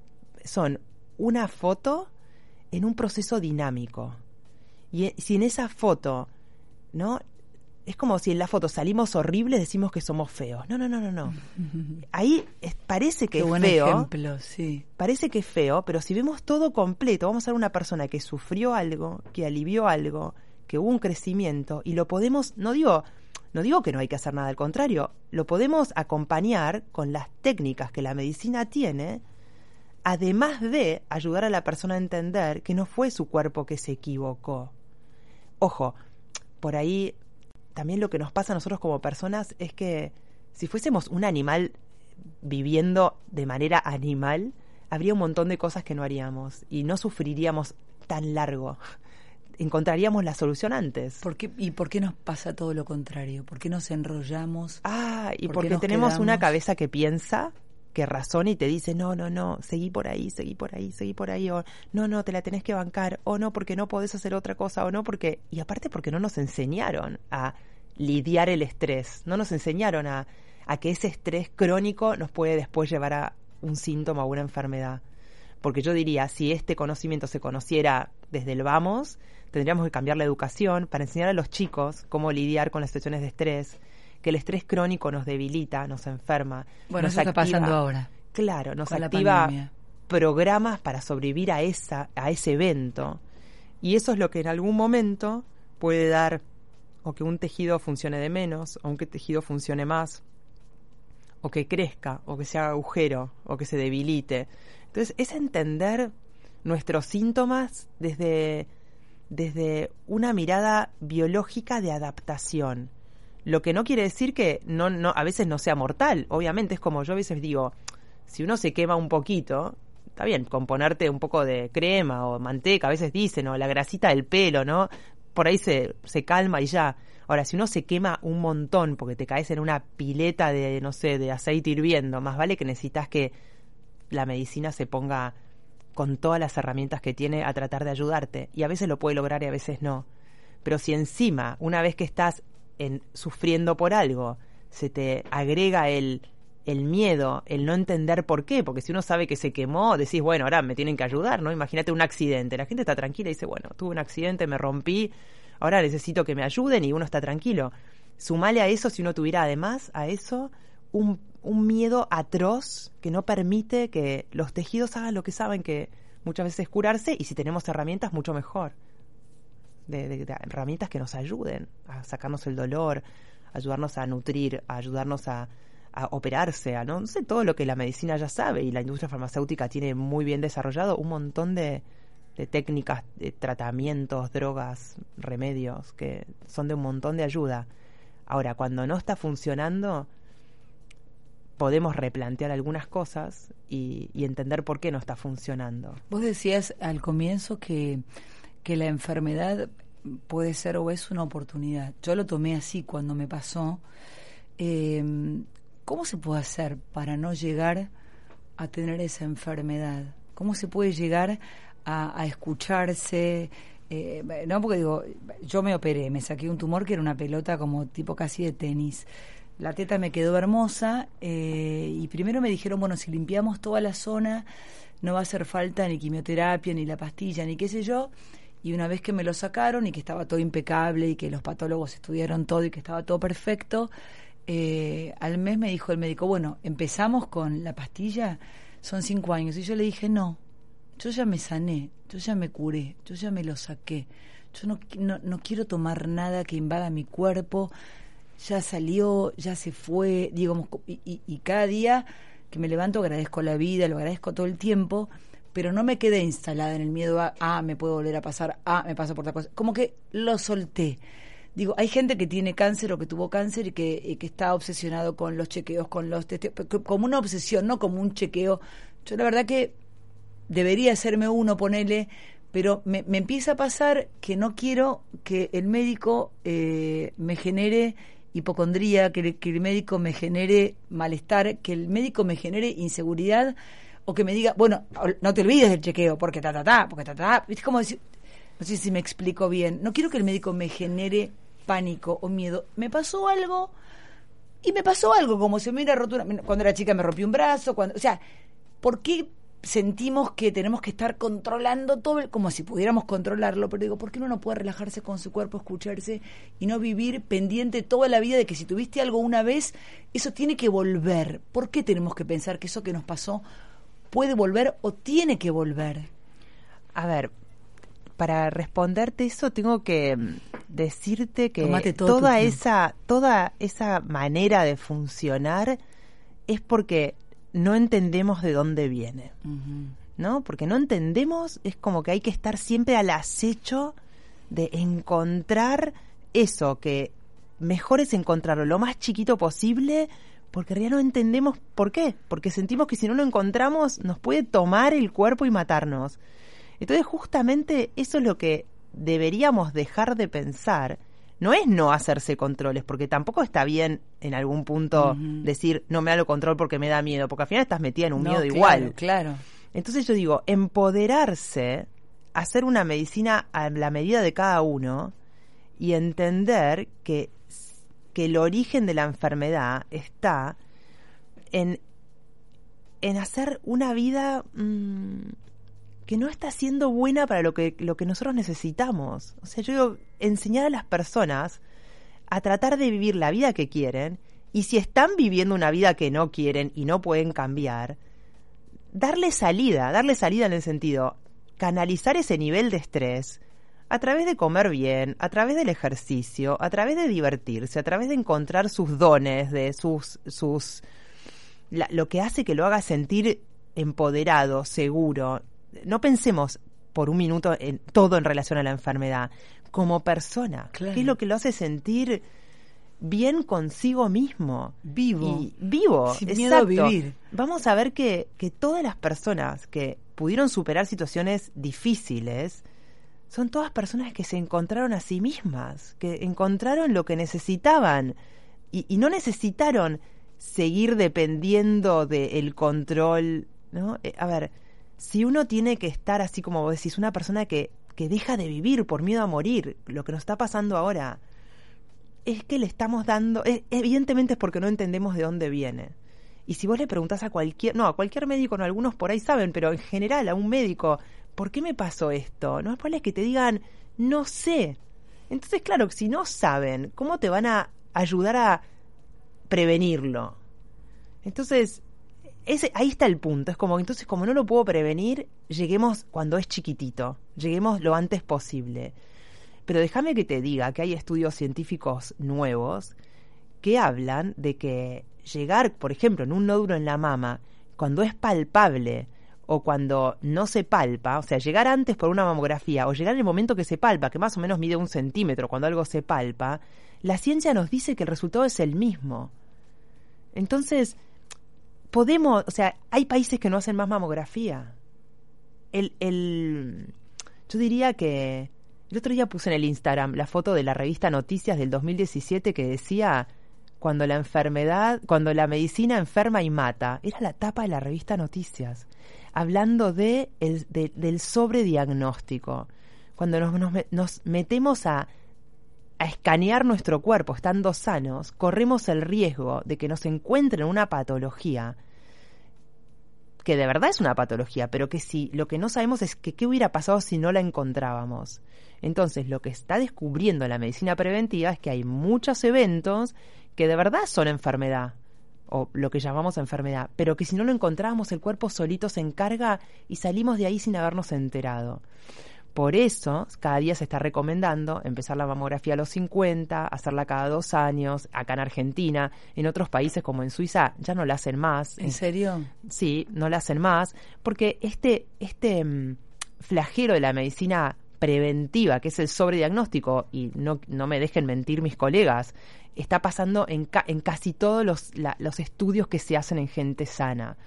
son una foto en un proceso dinámico. Y si en esa foto, ¿no? Es como si en la foto salimos horribles, decimos que somos feos. No, no, no, no, no. Ahí es, parece que Qué es buen feo. ejemplo, sí. Parece que es feo, pero si vemos todo completo, vamos a ver una persona que sufrió algo, que alivió algo, que hubo un crecimiento, y lo podemos, no digo, no digo que no hay que hacer nada, al contrario, lo podemos acompañar con las técnicas que la medicina tiene, además de ayudar a la persona a entender que no fue su cuerpo que se equivocó. Ojo, por ahí también lo que nos pasa a nosotros como personas es que si fuésemos un animal viviendo de manera animal, habría un montón de cosas que no haríamos y no sufriríamos tan largo. Encontraríamos la solución antes. ¿Por qué, ¿Y por qué nos pasa todo lo contrario? ¿Por qué nos enrollamos? Ah, y ¿Por porque tenemos quedamos? Una cabeza que piensa, que razona y te dice, no, no, no, seguí por ahí, seguí por ahí, seguí por ahí, o no, no, te la tenés que bancar, o no, porque no podés hacer otra cosa, o no, porque... Y aparte porque no nos enseñaron a lidiar el estrés, no nos enseñaron a, a que ese estrés crónico nos puede después llevar a un síntoma o una enfermedad. Porque yo diría, si este conocimiento se conociera desde el vamos, tendríamos que cambiar la educación para enseñar a los chicos cómo lidiar con las situaciones de estrés, que el estrés crónico nos debilita, nos enferma. Bueno, nos eso activa, está pasando ahora. Claro, nos con activa programas para sobrevivir a esa, a ese evento. Y eso es lo que en algún momento puede dar o que un tejido funcione de menos, o un tejido funcione más, o que crezca, o que se haga agujero, o que se debilite. Entonces, es entender nuestros síntomas desde, desde una mirada biológica de adaptación. Lo que no quiere decir que no, no, a veces no sea mortal. Obviamente es como yo a veces digo, si uno se quema un poquito, está bien, con ponerte un poco de crema o manteca, a veces dicen, o la grasita del pelo, ¿no? Por ahí se, se calma y ya. Ahora, si uno se quema un montón porque te caes en una pileta de, no sé, de aceite hirviendo, más vale que necesitas que la medicina se ponga con todas las herramientas que tiene a tratar de ayudarte. Y a veces lo puede lograr y a veces no. Pero si encima, una vez que estás en, sufriendo por algo, se te agrega el, el miedo, el no entender por qué, porque si uno sabe que se quemó, decís, bueno, ahora me tienen que ayudar, ¿no? Imagínate un accidente. La gente está tranquila y dice, bueno, tuve un accidente, me rompí, ahora necesito que me ayuden y uno está tranquilo. Sumale a eso, si uno tuviera además a eso un, un miedo atroz que no permite que los tejidos hagan lo que saben, que muchas veces es curarse, y si tenemos herramientas, mucho mejor. De, de, de herramientas que nos ayuden a sacarnos el dolor, a ayudarnos a nutrir, a ayudarnos a, a operarse, a no, no sé, todo lo que la medicina ya sabe y la industria farmacéutica tiene muy bien desarrollado, un montón de, de técnicas, de tratamientos, drogas, remedios que son de un montón de ayuda. Ahora, cuando no está funcionando, podemos replantear algunas cosas y, y entender por qué no está funcionando. Vos decías al comienzo que que la enfermedad puede ser o es una oportunidad. Yo lo tomé así cuando me pasó. Eh, ¿Cómo se puede hacer para no llegar a tener esa enfermedad? ¿Cómo se puede llegar a, a escucharse. Eh, no, porque digo, yo me operé, me saqué un tumor que era una pelota como tipo casi de tenis. La teta me quedó hermosa eh, y primero me dijeron, bueno, si limpiamos toda la zona no va a hacer falta ni quimioterapia, ni la pastilla, ni qué sé yo. Y una vez que me lo sacaron y que estaba todo impecable y que los patólogos estudiaron todo y que estaba todo perfecto, eh, al mes me dijo el médico, bueno, empezamos con la pastilla, son cinco años. Y yo le dije, no, yo ya me sané, yo ya me curé, yo ya me lo saqué. Yo no, no, no quiero tomar nada que invada mi cuerpo. Ya salió, ya se fue, digamos, y, y, y cada día que me levanto agradezco la vida, lo agradezco todo el tiempo, pero no me quedé instalada en el miedo a, ah, me puede volver a pasar, ah, me pasa por otra cosa. Como que lo solté. Digo, hay gente que tiene cáncer o que tuvo cáncer y que, y que está obsesionado con los chequeos, con los testeos, como una obsesión, no como un chequeo. Yo la verdad que debería hacerme uno, ponele, pero me, me empieza a pasar que no quiero que el médico eh, me genere hipocondría, que, que el médico me genere malestar, que el médico me genere inseguridad, o que me diga, bueno, no te olvides del chequeo, porque ta, ta, ta, porque ta, ta, ta. Es como decir, no sé si me explico bien, no quiero que el médico me genere pánico o miedo. Me pasó algo, y me pasó algo, como si me hubiera roto una, cuando era chica me rompí un brazo, cuando, o sea, ¿por qué sentimos que tenemos que estar controlando todo, el, como si pudiéramos controlarlo? Pero digo, ¿por qué uno no puede relajarse con su cuerpo, escucharse y no vivir pendiente toda la vida de que si tuviste algo una vez, eso tiene que volver? ¿Por qué tenemos que pensar que eso que nos pasó puede volver o tiene que volver? A ver, para responderte eso tengo que decirte que toda esa, toda esa manera de funcionar es porque no entendemos de dónde viene, uh-huh. ¿no? Porque no entendemos, es como que hay que estar siempre al acecho de encontrar eso, que mejor es encontrarlo lo más chiquito posible, porque en realidad no entendemos por qué, porque sentimos que si no lo encontramos nos puede tomar el cuerpo y matarnos. Entonces justamente eso es lo que deberíamos dejar de pensar. No es no hacerse controles, porque tampoco está bien en algún punto uh-huh. decir no me hago control porque me da miedo, porque al final estás metida en un no, miedo claro, igual. Claro. Entonces yo digo, empoderarse, hacer una medicina a la medida de cada uno y entender que, que el origen de la enfermedad está en, en hacer una vida mmm, que no está siendo buena para lo que, lo que nosotros necesitamos. O sea, yo digo, enseñar a las personas a tratar de vivir la vida que quieren, y si están viviendo una vida que no quieren y no pueden cambiar, darle salida, darle salida en el sentido, canalizar ese nivel de estrés a través de comer bien, a través del ejercicio, a través de divertirse, a través de encontrar sus dones, de sus, sus, la, lo que hace que lo haga sentir empoderado, seguro. No pensemos por un minuto en todo en relación a la enfermedad, como persona. Claro. ¿Qué es lo que lo hace sentir bien consigo mismo? Vivo. Y vivo, sin exacto. miedo a vivir. Vamos a ver que, que todas las personas que pudieron superar situaciones difíciles son todas personas que se encontraron a sí mismas, que encontraron lo que necesitaban y, y no necesitaron seguir dependiendo del control, ¿no? Eh, a ver, si uno tiene que estar así como vos decís, una persona que, que deja de vivir por miedo a morir, lo que nos está pasando ahora, es que le estamos dando, es, evidentemente es porque no entendemos de dónde viene. Y si vos le preguntás a cualquier, no, a cualquier médico, no, algunos por ahí saben, pero en general a un médico, ¿por qué me pasó esto? No es probable que te digan, no sé. Entonces, claro, si no saben, ¿cómo te van a ayudar a prevenirlo? Entonces, ese, ahí está el punto. Es como, entonces, como no lo puedo prevenir, lleguemos cuando es chiquitito, lleguemos lo antes posible. Pero déjame que te diga que hay estudios científicos nuevos que hablan de que llegar, por ejemplo, en un nódulo en la mama, cuando es palpable o cuando no se palpa, o sea, llegar antes por una mamografía o llegar en el momento que se palpa, que más o menos mide un centímetro cuando algo se palpa, la ciencia nos dice que el resultado es el mismo. Entonces, podemos, o sea, hay países que no hacen más mamografía. El, el, yo diría que el otro día puse en el Instagram la foto de la revista Noticias del dos mil diecisiete que decía cuando la enfermedad, cuando la medicina enferma y mata. Era la tapa de la revista Noticias. hablando de el, de, del sobrediagnóstico. Cuando nos, nos, nos metemos a, a escanear nuestro cuerpo estando sanos, corremos el riesgo de que nos encuentren una patología que de verdad es una patología, pero que si lo que no sabemos es que qué hubiera pasado si no la encontrábamos. Entonces, lo que está descubriendo la medicina preventiva es que hay muchos eventos que de verdad son enfermedad, o lo que llamamos enfermedad, pero que si no lo encontrábamos, el cuerpo solito se encarga y salimos de ahí sin habernos enterado. Por eso, cada día se está recomendando empezar la mamografía a los cincuenta, hacerla cada dos años, acá en Argentina, en otros países como en Suiza ya no la hacen más. ¿En serio? Sí, no la hacen más, porque este, este um, flagelo de la medicina preventiva, que es el sobrediagnóstico, y no, no me dejen mentir mis colegas, está pasando en, ca- en casi todos los, la, los estudios que se hacen en gente sana.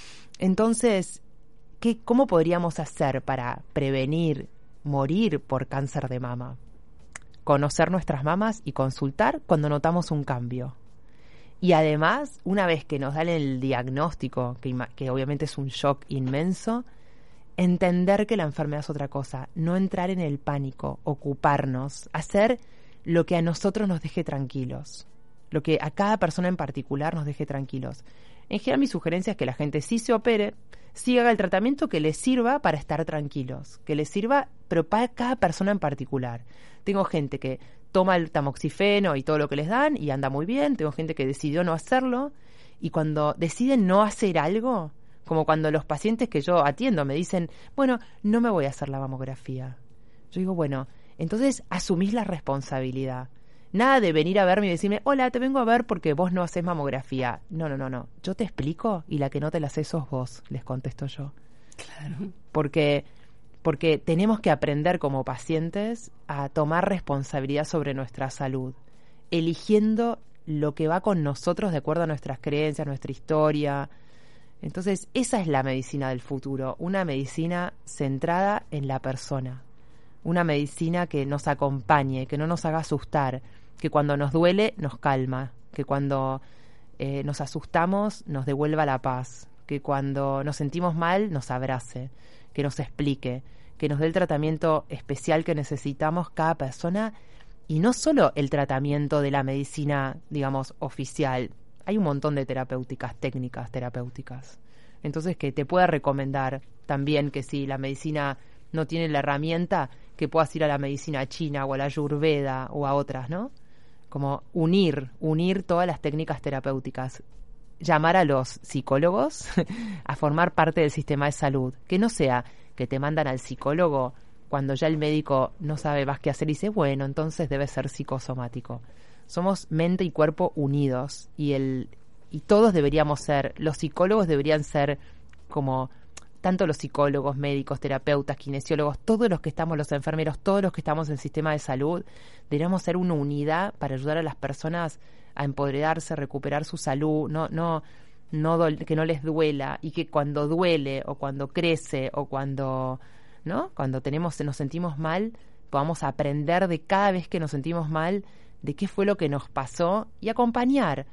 Entonces, ¿qué, ¿cómo podríamos hacer para prevenir morir por cáncer de mama? Conocer nuestras mamas y consultar cuando notamos un cambio. Y además, una vez que nos dan el diagnóstico, que, que obviamente es un shock inmenso, entender que la enfermedad es otra cosa, no entrar en el pánico, ocuparnos, hacer lo que a nosotros nos deje tranquilos, lo que a cada persona en particular nos deje tranquilos. En general, mi sugerencia es que la gente sí se opere, sí haga el tratamiento que les sirva para estar tranquilos, que les sirva, pero para cada persona en particular. Tengo gente que toma el tamoxifeno y todo lo que les dan y anda muy bien, tengo gente que decidió no hacerlo, y cuando deciden no hacer algo, como cuando los pacientes que yo atiendo me dicen, bueno, no me voy a hacer la mamografía. Yo digo, bueno, entonces asumís la responsabilidad. Nada de venir a verme y decirme, hola, te vengo a ver porque vos no haces mamografía. No, no, no, no. Yo te explico y la que no te la haces sos vos, les contesto yo. Claro. Porque, porque tenemos que aprender como pacientes a tomar responsabilidad sobre nuestra salud, eligiendo lo que va con nosotros de acuerdo a nuestras creencias, nuestra historia. Entonces, esa es la medicina del futuro, una medicina centrada en la persona, una medicina que nos acompañe, que no nos haga asustar, que cuando nos duele nos calma, que cuando eh, nos asustamos nos devuelva la paz, que cuando nos sentimos mal nos abrace, que nos explique, que nos dé el tratamiento especial que necesitamos cada persona, y no solo el tratamiento de la medicina, digamos, oficial. Hay un montón de terapéuticas, técnicas terapéuticas. Entonces, que te pueda recomendar también que si la medicina no tiene la herramienta, que puedas ir a la medicina china o a la ayurveda o a otras, ¿no? Como unir, unir todas las técnicas terapéuticas. Llamar a los psicólogos a formar parte del sistema de salud. Que no sea que te mandan al psicólogo cuando ya el médico no sabe más qué hacer y dice, bueno, entonces debe ser psicosomático. Somos mente y cuerpo unidos y el y todos deberíamos ser, los psicólogos deberían ser como tanto los psicólogos, médicos, terapeutas, kinesiólogos, todos los que estamos, los enfermeros, todos los que estamos en el sistema de salud, deberíamos ser una unidad para ayudar a las personas a empoderarse, recuperar su salud, no no no do, que no les duela, y que cuando duele o cuando crece o cuando, ¿no? Cuando tenemos nos sentimos mal, podamos aprender de cada vez que nos sentimos mal, de qué fue lo que nos pasó y acompañar.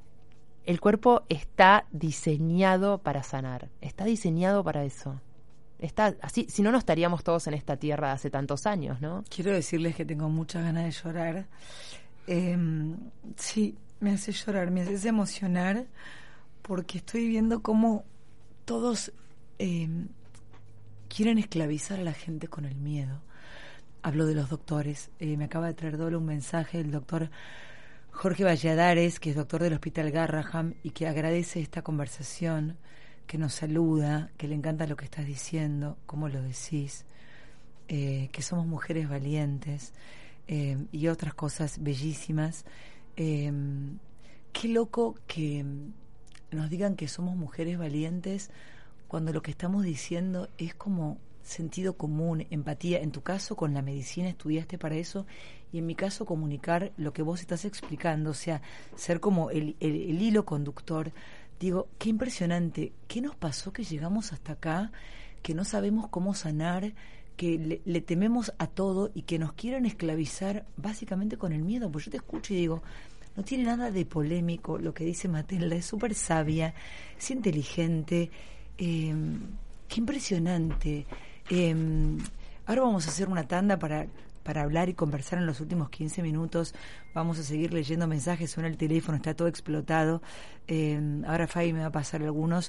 El cuerpo está diseñado para sanar, está diseñado para eso. Está así, si no, no estaríamos todos en esta tierra hace tantos años, ¿no? Quiero decirles que tengo muchas ganas de llorar. Eh, sí, me hace llorar, me hace emocionar, porque estoy viendo cómo todos eh, quieren esclavizar a la gente con el miedo. Hablo de los doctores. Eh, me acaba de traer doble un mensaje del doctor Jorge Valladares, que es doctor del Hospital Garraham y que agradece esta conversación, que nos saluda, que le encanta lo que estás diciendo, cómo lo decís, eh, que somos mujeres valientes eh, y otras cosas bellísimas. Eh, qué loco que nos digan que somos mujeres valientes cuando lo que estamos diciendo es como sentido común, empatía. En tu caso, con la medicina estudiaste para eso, y en mi caso, comunicar lo que vos estás explicando, o sea, ser como el, el, el hilo conductor. Digo, qué impresionante, ¿qué nos pasó que llegamos hasta acá, que no sabemos cómo sanar, que le, le tememos a todo y que nos quieren esclavizar básicamente con el miedo? Pues yo te escucho y digo, no tiene nada de polémico lo que dice Matilda, es súper sabia, es inteligente, eh, Qué impresionante. Eh, ahora vamos a hacer una tanda para, para hablar y conversar en los últimos quince minutos. Vamos a seguir leyendo mensajes, suena el teléfono, está todo explotado. Eh, ahora Fabi me va a pasar algunos.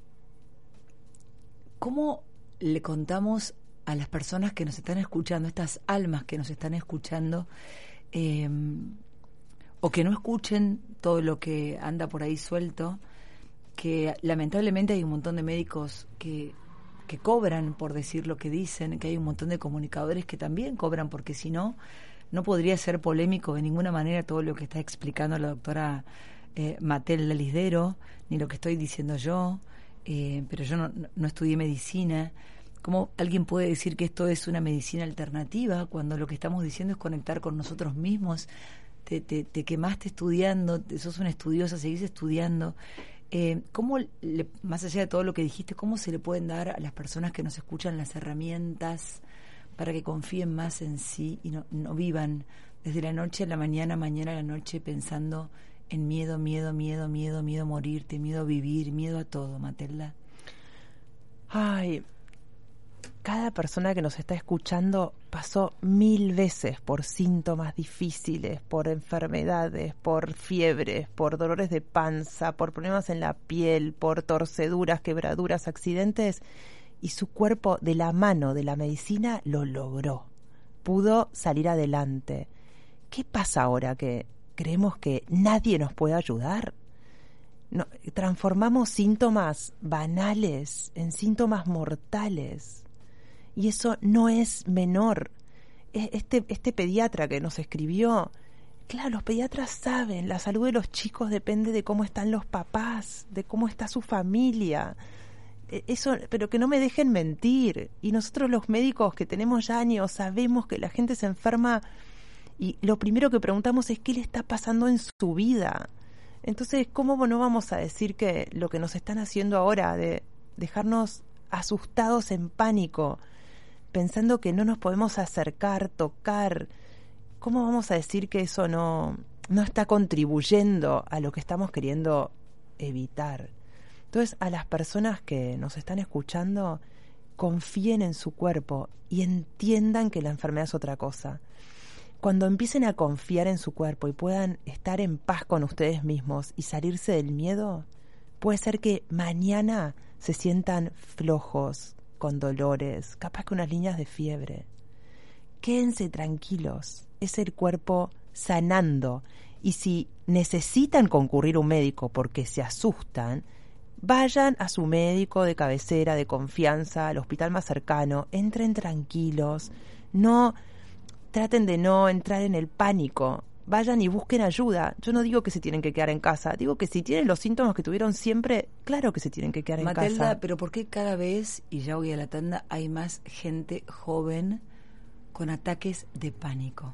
¿Cómo le contamos a las personas que nos están escuchando, estas almas que nos están escuchando, eh, o que no escuchen todo lo que anda por ahí suelto, que lamentablemente hay un montón de médicos que, que cobran por decir lo que dicen, que hay un montón de comunicadores que también cobran, porque si no, no podría ser polémico de ninguna manera todo lo que está explicando la doctora eh, Matilda Lisdero, ni lo que estoy diciendo yo, eh, pero yo no, no estudié medicina. ¿Cómo alguien puede decir que esto es una medicina alternativa cuando lo que estamos diciendo es conectar con nosotros mismos? Te, te, te quemaste estudiando, te, sos una estudiosa, seguís estudiando. Eh, ¿Cómo, le, más allá de todo lo que dijiste, cómo se le pueden dar a las personas que nos escuchan las herramientas para que confíen más en sí y no, no vivan desde la noche a la mañana, mañana a la noche pensando en miedo, miedo, miedo, miedo, miedo a morirte, miedo a vivir, miedo a todo, Matilda? Ay, cada persona que nos está escuchando pasó mil veces por síntomas difíciles, por enfermedades, por fiebres, por dolores de panza, por problemas en la piel, por torceduras, quebraduras, accidentes, y su cuerpo, de la mano de la medicina, lo logró. Pudo salir adelante. ¿Qué pasa ahora que creemos que nadie nos puede ayudar? No, transformamos síntomas banales en síntomas mortales. Y eso no es menor. Este, este pediatra que nos escribió, claro, los pediatras saben, la salud de los chicos depende de cómo están los papás, de cómo está su familia. Eso, pero que no me dejen mentir. Y nosotros los médicos que tenemos ya años sabemos que la gente se enferma y lo primero que preguntamos es qué le está pasando en su vida. Entonces, ¿cómo no vamos a decir que lo que nos están haciendo ahora de dejarnos asustados en pánico, pensando que no nos podemos acercar, tocar, cómo vamos a decir que eso no, no está contribuyendo a lo que estamos queriendo evitar? Entonces, a las personas que nos están escuchando, confíen en su cuerpo y entiendan que la enfermedad es otra cosa. Cuando empiecen a confiar en su cuerpo y puedan estar en paz con ustedes mismos y salirse del miedo, puede ser que mañana se sientan flojos, con dolores, capaz que unas líneas de fiebre. Quédense tranquilos, es el cuerpo sanando. Y si necesitan concurrir a un médico porque se asustan, vayan a su médico de cabecera, de confianza, al hospital más cercano, entren tranquilos, no traten de no entrar en el pánico. Vayan y busquen ayuda. Yo no digo que se tienen que quedar en casa, digo que si tienen los síntomas que tuvieron siempre, claro que se tienen que quedar en casa. Matilda, pero ¿por qué cada vez, y ya voy a la tanda, hay más gente joven con ataques de pánico?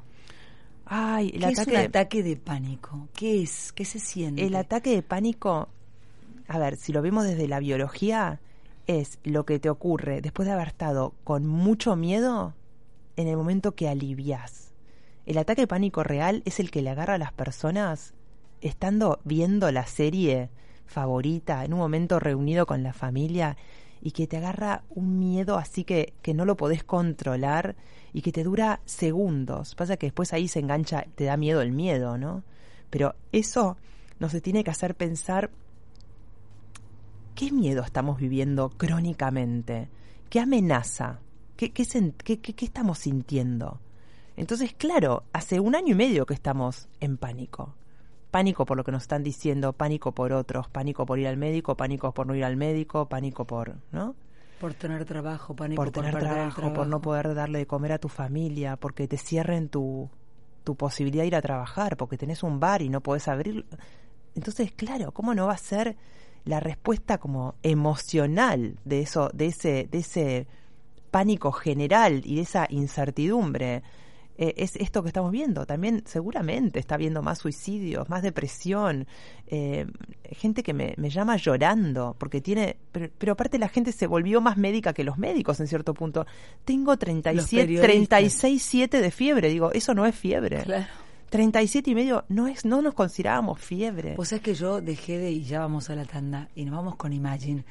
Ay, el ¿Qué ataque, es un ataque de pánico? ¿Qué es? ¿Qué se siente? El ataque de pánico, a ver, si lo vemos desde la biología, es lo que te ocurre después de haber estado con mucho miedo en el momento que aliviás. El ataque de pánico real es el que le agarra a las personas estando viendo la serie favorita, en un momento reunido con la familia, y que te agarra un miedo así que, que no lo podés controlar y que te dura segundos. Pasa que después ahí se engancha, te da miedo el miedo, ¿no? Pero eso nos tiene que hacer pensar qué miedo estamos viviendo crónicamente, qué amenaza, qué, qué, qué, qué, qué estamos sintiendo. Entonces, claro, hace un año y medio que estamos en pánico. Pánico por lo que nos están diciendo, pánico por otros, pánico por ir al médico, pánico por no ir al médico, pánico por, ¿no? Por tener trabajo, pánico por tener por perder trabajo, el trabajo, por no poder darle de comer a tu familia, porque te cierren tu, tu posibilidad de ir a trabajar, porque tenés un bar y no podés abrir. Entonces, claro, ¿cómo no va a ser la respuesta como emocional de eso, de ese, de ese pánico general y de esa incertidumbre? Eh, es esto que estamos viendo. También seguramente está habiendo más suicidios, más depresión, eh, gente que me, me llama llorando porque tiene, pero, pero aparte la gente se volvió más médica que los médicos en cierto punto. Tengo treinta y siete, treinta y seis punto siete de fiebre, digo, eso no es fiebre. Claro. treinta y siete y medio no es, no nos considerábamos fiebre. O sea, es que yo dejé de, y ya vamos a la tanda y nos vamos con Imagine.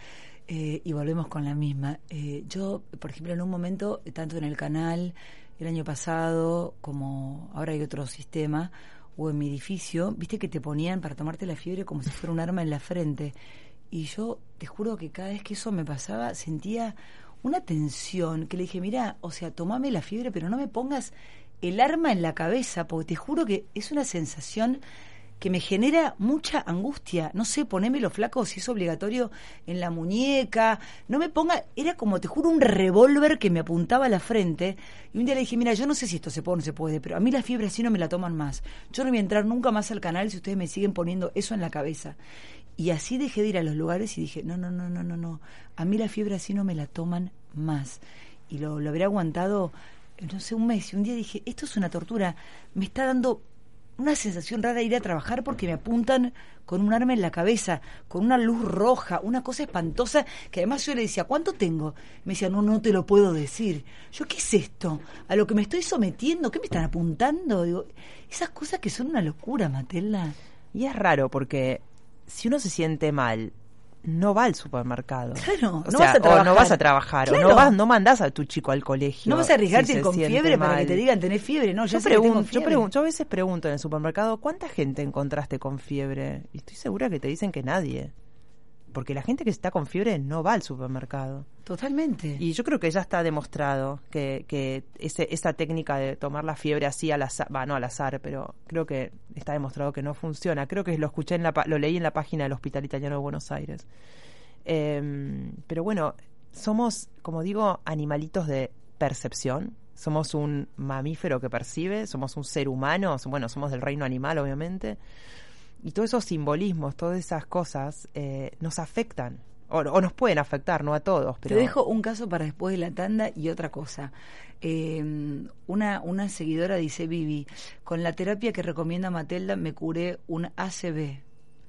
Eh, y volvemos con la misma. Eh, yo, por ejemplo, en un momento, tanto en el canal, el año pasado, como ahora hay otro sistema, o en mi edificio, viste que te ponían para tomarte la fiebre como si fuera un arma en la frente. Y yo te juro que cada vez que eso me pasaba, sentía una tensión, que le dije, mira, o sea, tomame la fiebre, pero no me pongas el arma en la cabeza, porque te juro que es una sensación que me genera mucha angustia. No sé, ponémelo, flaco, si es obligatorio, en la muñeca. No me ponga... Era como, te juro, un revólver que me apuntaba a la frente. Y un día le dije, mira, yo no sé si esto se puede o no se puede, pero a mí la fiebre así no me la toman más. Yo no voy a entrar nunca más al canal si ustedes me siguen poniendo eso en la cabeza. Y así dejé de ir a los lugares y dije, no, no, no, no, no, no. A mí la fiebre así no me la toman más. Y lo, lo habré aguantado, no sé, un mes. Y un día dije, esto es una tortura. Me está dando una sensación rara ir a trabajar porque me apuntan con un arma en la cabeza, con una luz roja, una cosa espantosa, que además yo le decía, ¿cuánto tengo? Me decía, no, no te lo puedo decir. Yo, ¿qué es esto? ¿A lo que me estoy sometiendo? ¿Qué me están apuntando? Digo, esas cosas que son una locura, Matelda. Y es raro porque si uno se siente mal, no va al supermercado. Claro, o no sea, vas a trabajar. O no vas a trabajar, claro. o no vas, no mandás a tu chico al colegio. No vas a arriesgarte si con fiebre mal. Para que te digan tenés fiebre, no, ya yo sé que tengo pregunto, fiebre. Yo, pregunto, yo a veces pregunto en el supermercado, ¿cuánta gente encontraste con fiebre? Y estoy segura que te dicen que nadie. Porque la gente que está con fiebre no va al supermercado. Totalmente. Y yo creo que ya está demostrado que, que ese, esa técnica de tomar la fiebre así al azar, va, no al azar, pero creo que está demostrado que no funciona. Creo que lo escuché en la, lo leí en la página del Hospital Italiano de Buenos Aires. Eh, pero bueno, somos, como digo, animalitos de percepción. Somos un mamífero que percibe, somos un ser humano, bueno, somos del reino animal, obviamente. Y todos esos simbolismos, todas esas cosas eh, nos afectan, o, o nos pueden afectar, no a todos. Pero... Te dejo un caso para después de la tanda y otra cosa. Eh, una, una seguidora dice, Vivi, con la terapia que recomienda Matelda me curé un A C V,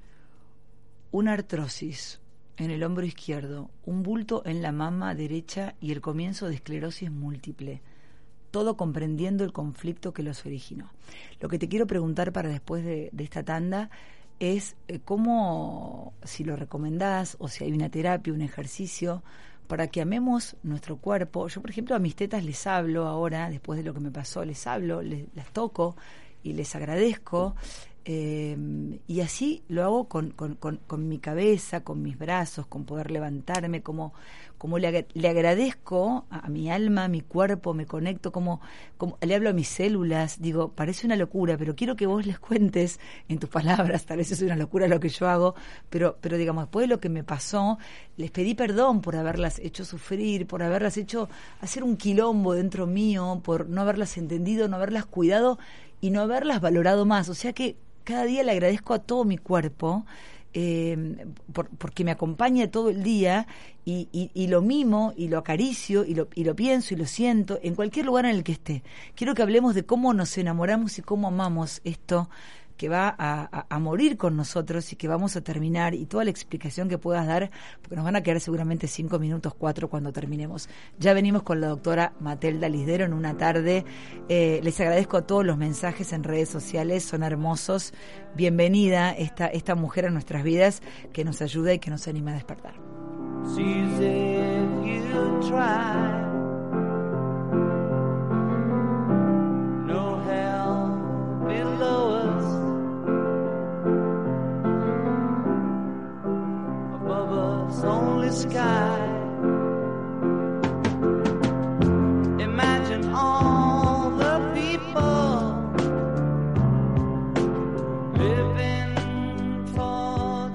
una artrosis en el hombro izquierdo, un bulto en la mama derecha y el comienzo de esclerosis múltiple. Todo comprendiendo el conflicto que los originó. Lo que te quiero preguntar para después de, de esta tanda es eh, cómo, si lo recomendás o si hay una terapia, un ejercicio para que amemos nuestro cuerpo. Yo, por ejemplo, a mis tetas les hablo ahora, después de lo que me pasó, les hablo, les, las toco y les agradezco. Eh, y así lo hago con, con, con, con mi cabeza, con mis brazos, con poder levantarme, como, como le, le agradezco a, a mi alma, a mi cuerpo, me conecto, como, como le hablo a mis células. Digo, parece una locura, pero quiero que vos les cuentes en tus palabras, tal vez es una locura lo que yo hago, pero, pero digamos, después de lo que me pasó, les pedí perdón por haberlas hecho sufrir, por haberlas hecho hacer un quilombo dentro mío, por no haberlas entendido, no haberlas cuidado y no haberlas valorado más. O sea que cada día le agradezco a todo mi cuerpo eh, por, porque me acompaña todo el día y, y, y lo mimo y lo acaricio y lo, y lo pienso y lo siento en cualquier lugar en el que esté. Quiero que hablemos de cómo nos enamoramos y cómo amamos esto que va a, a, a morir con nosotros y que vamos a terminar, y toda la explicación que puedas dar, porque nos van a quedar seguramente cinco minutos, cuatro cuando terminemos. Ya venimos con la doctora Matelda Lisdero en una tarde. Eh, les agradezco a todos los mensajes en redes sociales, son hermosos. Bienvenida esta, esta mujer a nuestras vidas que nos ayuda y que nos anima a despertar. Only sky. Imagine all the people living for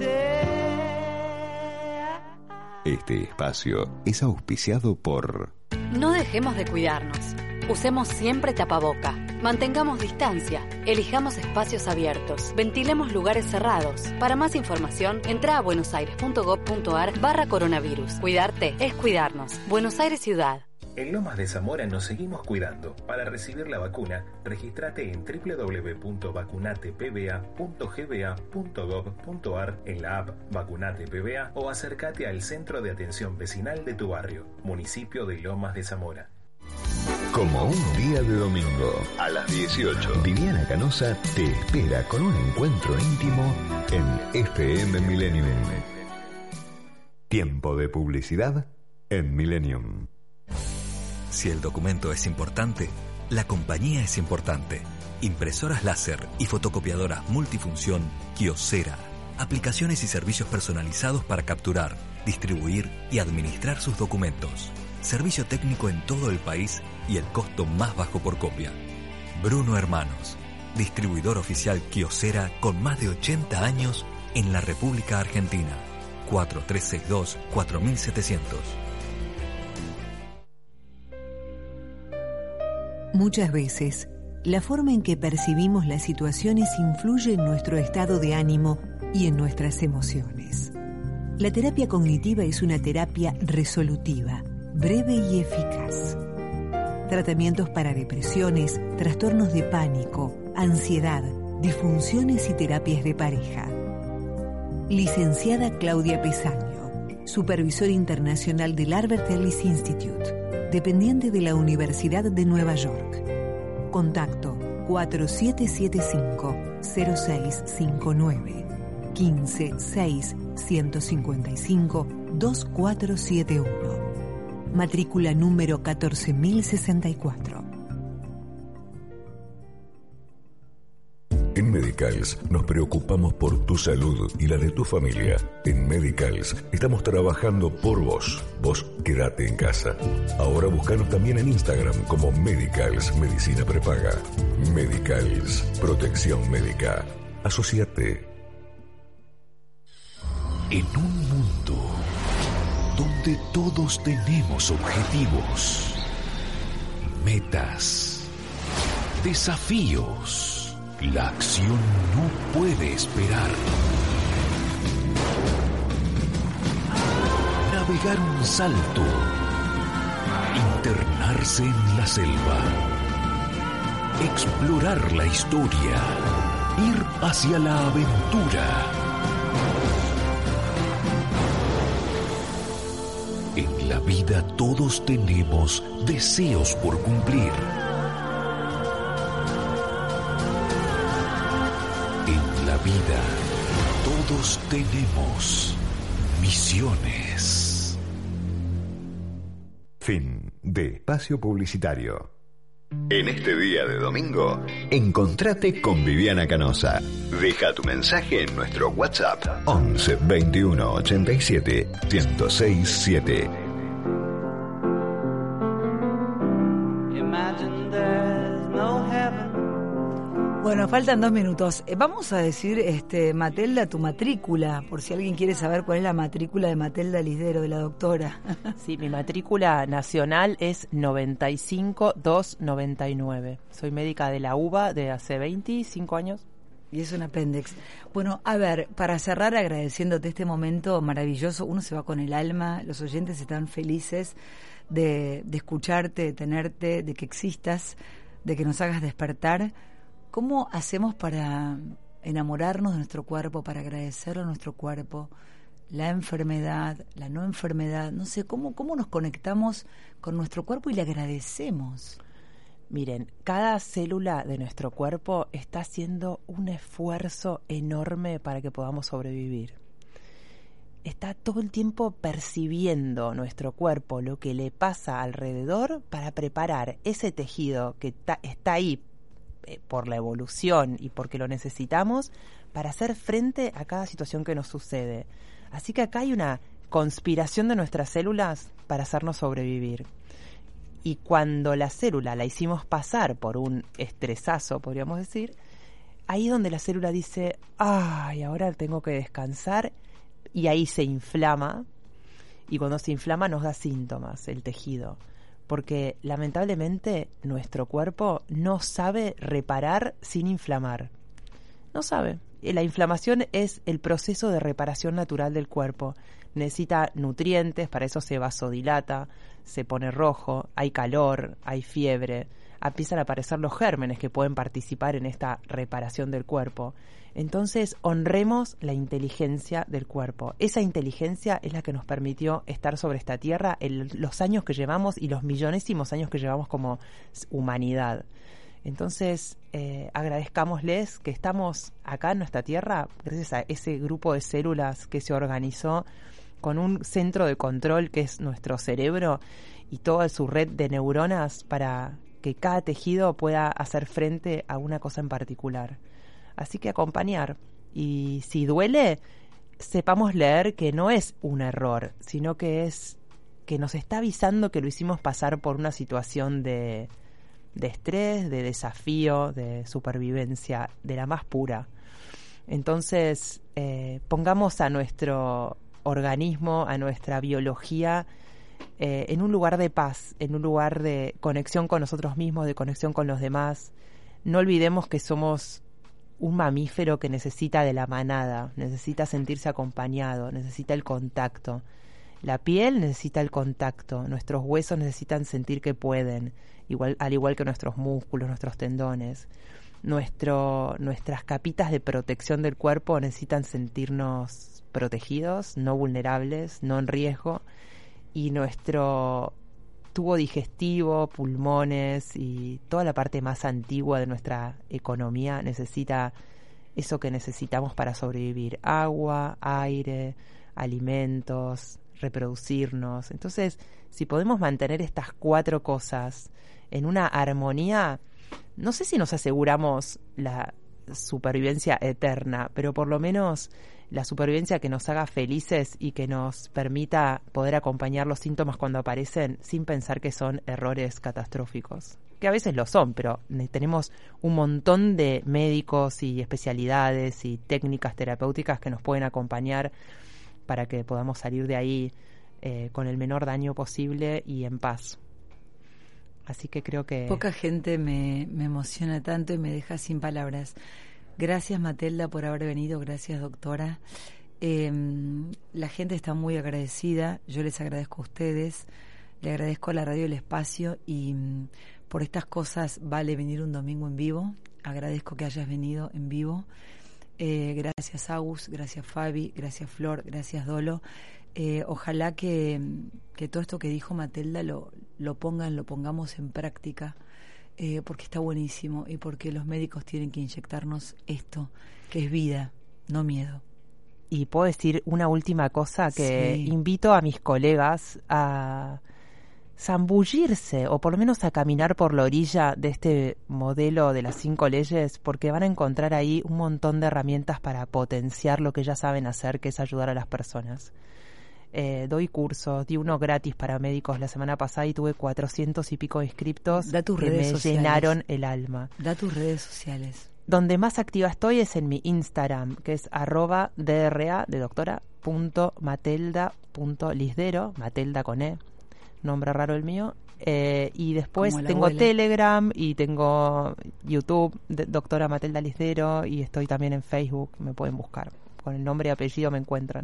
today. Este espacio es auspiciado por... No dejemos de cuidarnos. Usemos siempre tapaboca. Mantengamos distancia. Elijamos espacios abiertos. Ventilemos lugares cerrados. Para más información, entra a buenosaires.gov.ar barra coronavirus. Cuidarte es cuidarnos. Buenos Aires Ciudad. En Lomas de Zamora nos seguimos cuidando. Para recibir la vacuna, regístrate en doble u doble u doble u punto vacunate p b a punto g b a punto gov punto a r, en la app Vacunate P B A o acércate al Centro de Atención Vecinal de tu barrio, municipio de Lomas de Zamora. Como un día de domingo, a las dieciocho, Viviana Canosa te espera con un encuentro íntimo en F M Millennium. Tiempo de publicidad en Millennium. Si el documento es importante, la compañía es importante. Impresoras láser y fotocopiadoras multifunción Kyocera. Aplicaciones y servicios personalizados para capturar, distribuir y administrar sus documentos. Servicio técnico en todo el país y el costo más bajo por copia. Bruno Hermanos, distribuidor oficial Kyocera con más de ochenta años en la República Argentina. cuatro tres seis dos, cuatro siete cero cero. Muchas veces, la forma en que percibimos las situaciones influye en nuestro estado de ánimo y en nuestras emociones. La terapia cognitiva es una terapia resolutiva, breve y eficaz. Tratamientos para depresiones, trastornos de pánico, ansiedad, disfunciones y terapias de pareja. Licenciada Claudia Pesaño, supervisor internacional del Albert Ellis Institute, dependiente de la Universidad de Nueva York. Contacto cuatro siete siete cinco, cero seis cinco nueve, quince seis ciento cincuenta y cinco, dos cuatro siete uno. Matrícula número catorce mil sesenta y cuatro. En Medicals nos preocupamos por tu salud y la de tu familia. En Medicals estamos trabajando por vos. Vos quédate en casa. Ahora búscanos también en Instagram como Medicals Medicina Prepaga. Medicals, protección médica. Asociate. En un mundo donde todos tenemos objetivos, metas, desafíos, la acción no puede esperar. Navegar un salto, internarse en la selva, explorar la historia, ir hacia la aventura. En la vida todos tenemos deseos por cumplir. En la vida todos tenemos misiones. Fin de espacio publicitario. En este día de domingo, encontrate con Viviana Canosa. Deja tu mensaje en nuestro WhatsApp once veintiuno ochenta y siete ciento seis siete. Bueno, faltan dos minutos. Eh, vamos a decir, este, Matelda, tu matrícula, por si alguien quiere saber cuál es la matrícula de Matelda Lisdero, de la doctora. Sí, mi matrícula nacional es noventa y cinco doscientos noventa y nueve. Soy médica de la U B A de hace veinticinco años. Y es un apéndice. Bueno, a ver, para cerrar agradeciéndote este momento maravilloso, uno se va con el alma, los oyentes están felices de, de escucharte, de tenerte, de que existas, de que nos hagas despertar. ¿Cómo hacemos para enamorarnos de nuestro cuerpo, para agradecerlo a nuestro cuerpo? La enfermedad, la no enfermedad, no sé, ¿cómo, cómo nos conectamos con nuestro cuerpo y le agradecemos? Miren, cada célula de nuestro cuerpo está haciendo un esfuerzo enorme para que podamos sobrevivir. Está todo el tiempo percibiendo nuestro cuerpo lo que le pasa alrededor para preparar ese tejido que ta, está ahí eh, por la evolución y porque lo necesitamos para hacer frente a cada situación que nos sucede. Así que acá hay una conspiración de nuestras células para hacernos sobrevivir. Y cuando la célula la hicimos pasar por un estresazo, podríamos decir, ahí es donde la célula dice, ay, ahora tengo que descansar, y ahí se inflama, y cuando se inflama nos da síntomas el tejido, porque lamentablemente nuestro cuerpo no sabe reparar sin inflamar. No sabe. La inflamación es el proceso de reparación natural del cuerpo. Necesita nutrientes, para eso se vasodilata, se pone rojo, hay calor, hay fiebre, empiezan a aparecer los gérmenes que pueden participar en esta reparación del cuerpo. Entonces, honremos la inteligencia del cuerpo. Esa inteligencia es la que nos permitió estar sobre esta tierra en los años que llevamos y los millonésimos años que llevamos como humanidad. Entonces, eh, agradezcámosles que estamos acá en nuestra tierra, gracias a ese grupo de células que se organizó con un centro de control que es nuestro cerebro y toda su red de neuronas para que cada tejido pueda hacer frente a una cosa en particular. Así que acompañar. Y si duele, sepamos leer que no es un error, sino que es que nos está avisando que lo hicimos pasar por una situación de, de estrés, de desafío, de supervivencia, de la más pura. Entonces, eh, pongamos a nuestro organismo, a nuestra biología, eh, en un lugar de paz, en un lugar de conexión con nosotros mismos, de conexión con los demás. No olvidemos que somos un mamífero que necesita de la manada, necesita sentirse acompañado, necesita el contacto. La piel necesita el contacto, nuestros huesos necesitan sentir que pueden, igual, al igual que nuestros músculos, nuestros tendones. Nuestro, nuestras capitas de protección del cuerpo necesitan sentirnos protegidos, no vulnerables, no en riesgo, y nuestro tubo digestivo, pulmones y toda la parte más antigua de nuestra economía necesita eso que necesitamos para sobrevivir: agua, aire, alimentos, reproducirnos. Entonces, si podemos mantener estas cuatro cosas en una armonía, no sé si nos aseguramos la supervivencia eterna, pero por lo menos la supervivencia que nos haga felices y que nos permita poder acompañar los síntomas cuando aparecen sin pensar que son errores catastróficos, que a veces lo son, pero tenemos un montón de médicos y especialidades y técnicas terapéuticas que nos pueden acompañar para que podamos salir de ahí eh, con el menor daño posible y en paz. Así que creo que... Poca gente me, me emociona tanto y me deja sin palabras. Gracias, Matelda, por haber venido. Gracias, doctora. Eh, la gente está muy agradecida. Yo les agradezco a ustedes. Le agradezco a la radio El Espacio y um, por estas cosas vale venir un domingo en vivo. Agradezco que hayas venido en vivo. Eh, gracias, Agus. Gracias, Fabi. Gracias, Flor. Gracias, Dolo. Eh, ojalá que, que todo esto que dijo Matelda lo, lo pongan, lo pongamos en práctica. Eh, porque está buenísimo y porque los médicos tienen que inyectarnos esto, que es vida, no miedo. Y puedo decir una última cosa, que sí. Invito a mis colegas a zambullirse o por lo menos a caminar por la orilla de este modelo de las cinco leyes, porque van a encontrar ahí un montón de herramientas para potenciar lo que ya saben hacer, que es ayudar a las personas. Eh, doy cursos, di uno gratis para médicos la semana pasada y tuve cuatrocientos y pico inscriptos da tus que redes me sociales. Llenaron el alma. Da tus redes sociales. Donde más activa estoy es en mi Instagram, que es arroba dra de doctora punto matelda punto lisdero, Matelda con E, nombre raro el mío. Eh, y después tengo abuela. Telegram y tengo YouTube, de, doctora Matelda Lisdero, y estoy también en Facebook, me pueden buscar. Con el nombre y apellido me encuentran.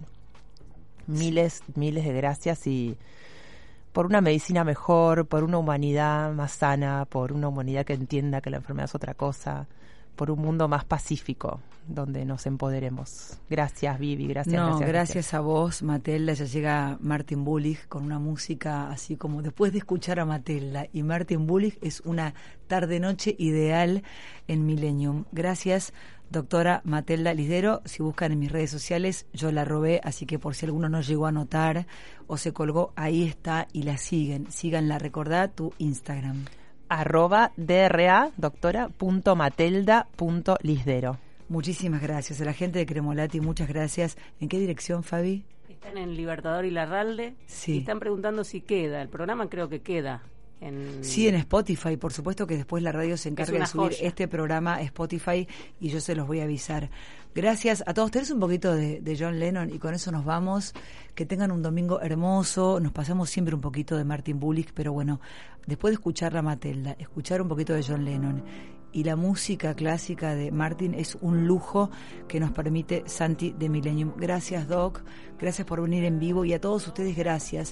Miles, miles de gracias y por una medicina mejor, por una humanidad más sana, por una humanidad que entienda que la enfermedad es otra cosa, por un mundo más pacífico, donde nos empoderemos. Gracias, Vivi, gracias. No, gracias, gracias, gracias a vos, Matelda. Ya llega Martin Bullich con una música así como después de escuchar a Matelda y Martin Bullich es una tarde-noche ideal en Millennium. Gracias, doctora Matelda Lisdero. Si buscan en mis redes sociales, yo la robé, así que por si alguno no llegó a notar o se colgó, ahí está y la siguen. Síganla, recordá tu Instagram. Arroba dra doctora punto matelda punto lisdero. Muchísimas gracias a la gente de Cremolati, muchas gracias. ¿En qué dirección, Fabi? Están en Libertador y Larralde. Sí. Y están preguntando si queda. El programa creo que queda. En... Sí, en Spotify, por supuesto que después la radio se encarga de subir joya. este programa a Spotify y yo se los voy a avisar. Gracias a todos. Tenés un poquito de, de John Lennon y con eso nos vamos. Que tengan un domingo hermoso. Nos pasamos siempre un poquito de Martin Bullich, pero bueno, después de escuchar la Matelda, escuchar un poquito de John Lennon y la música clásica de Martin es un lujo que nos permite Santi de Millennium. Gracias, Doc. Gracias por venir en vivo y a todos ustedes gracias.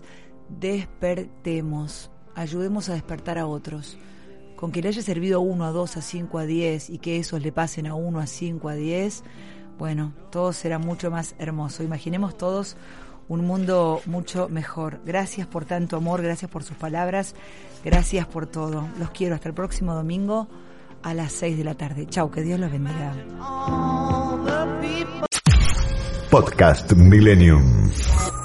Despertemos. Ayudemos a despertar a otros. Con que le haya servido a uno, a dos, a cinco, a diez y que esos le pasen a uno, a cinco, a diez, bueno, todo será mucho más hermoso. Imaginemos todos un mundo mucho mejor. Gracias por tanto amor, gracias por sus palabras, gracias por todo. Los quiero hasta el próximo domingo a las seis de la tarde. Chau, que Dios los bendiga. Podcast Millennium.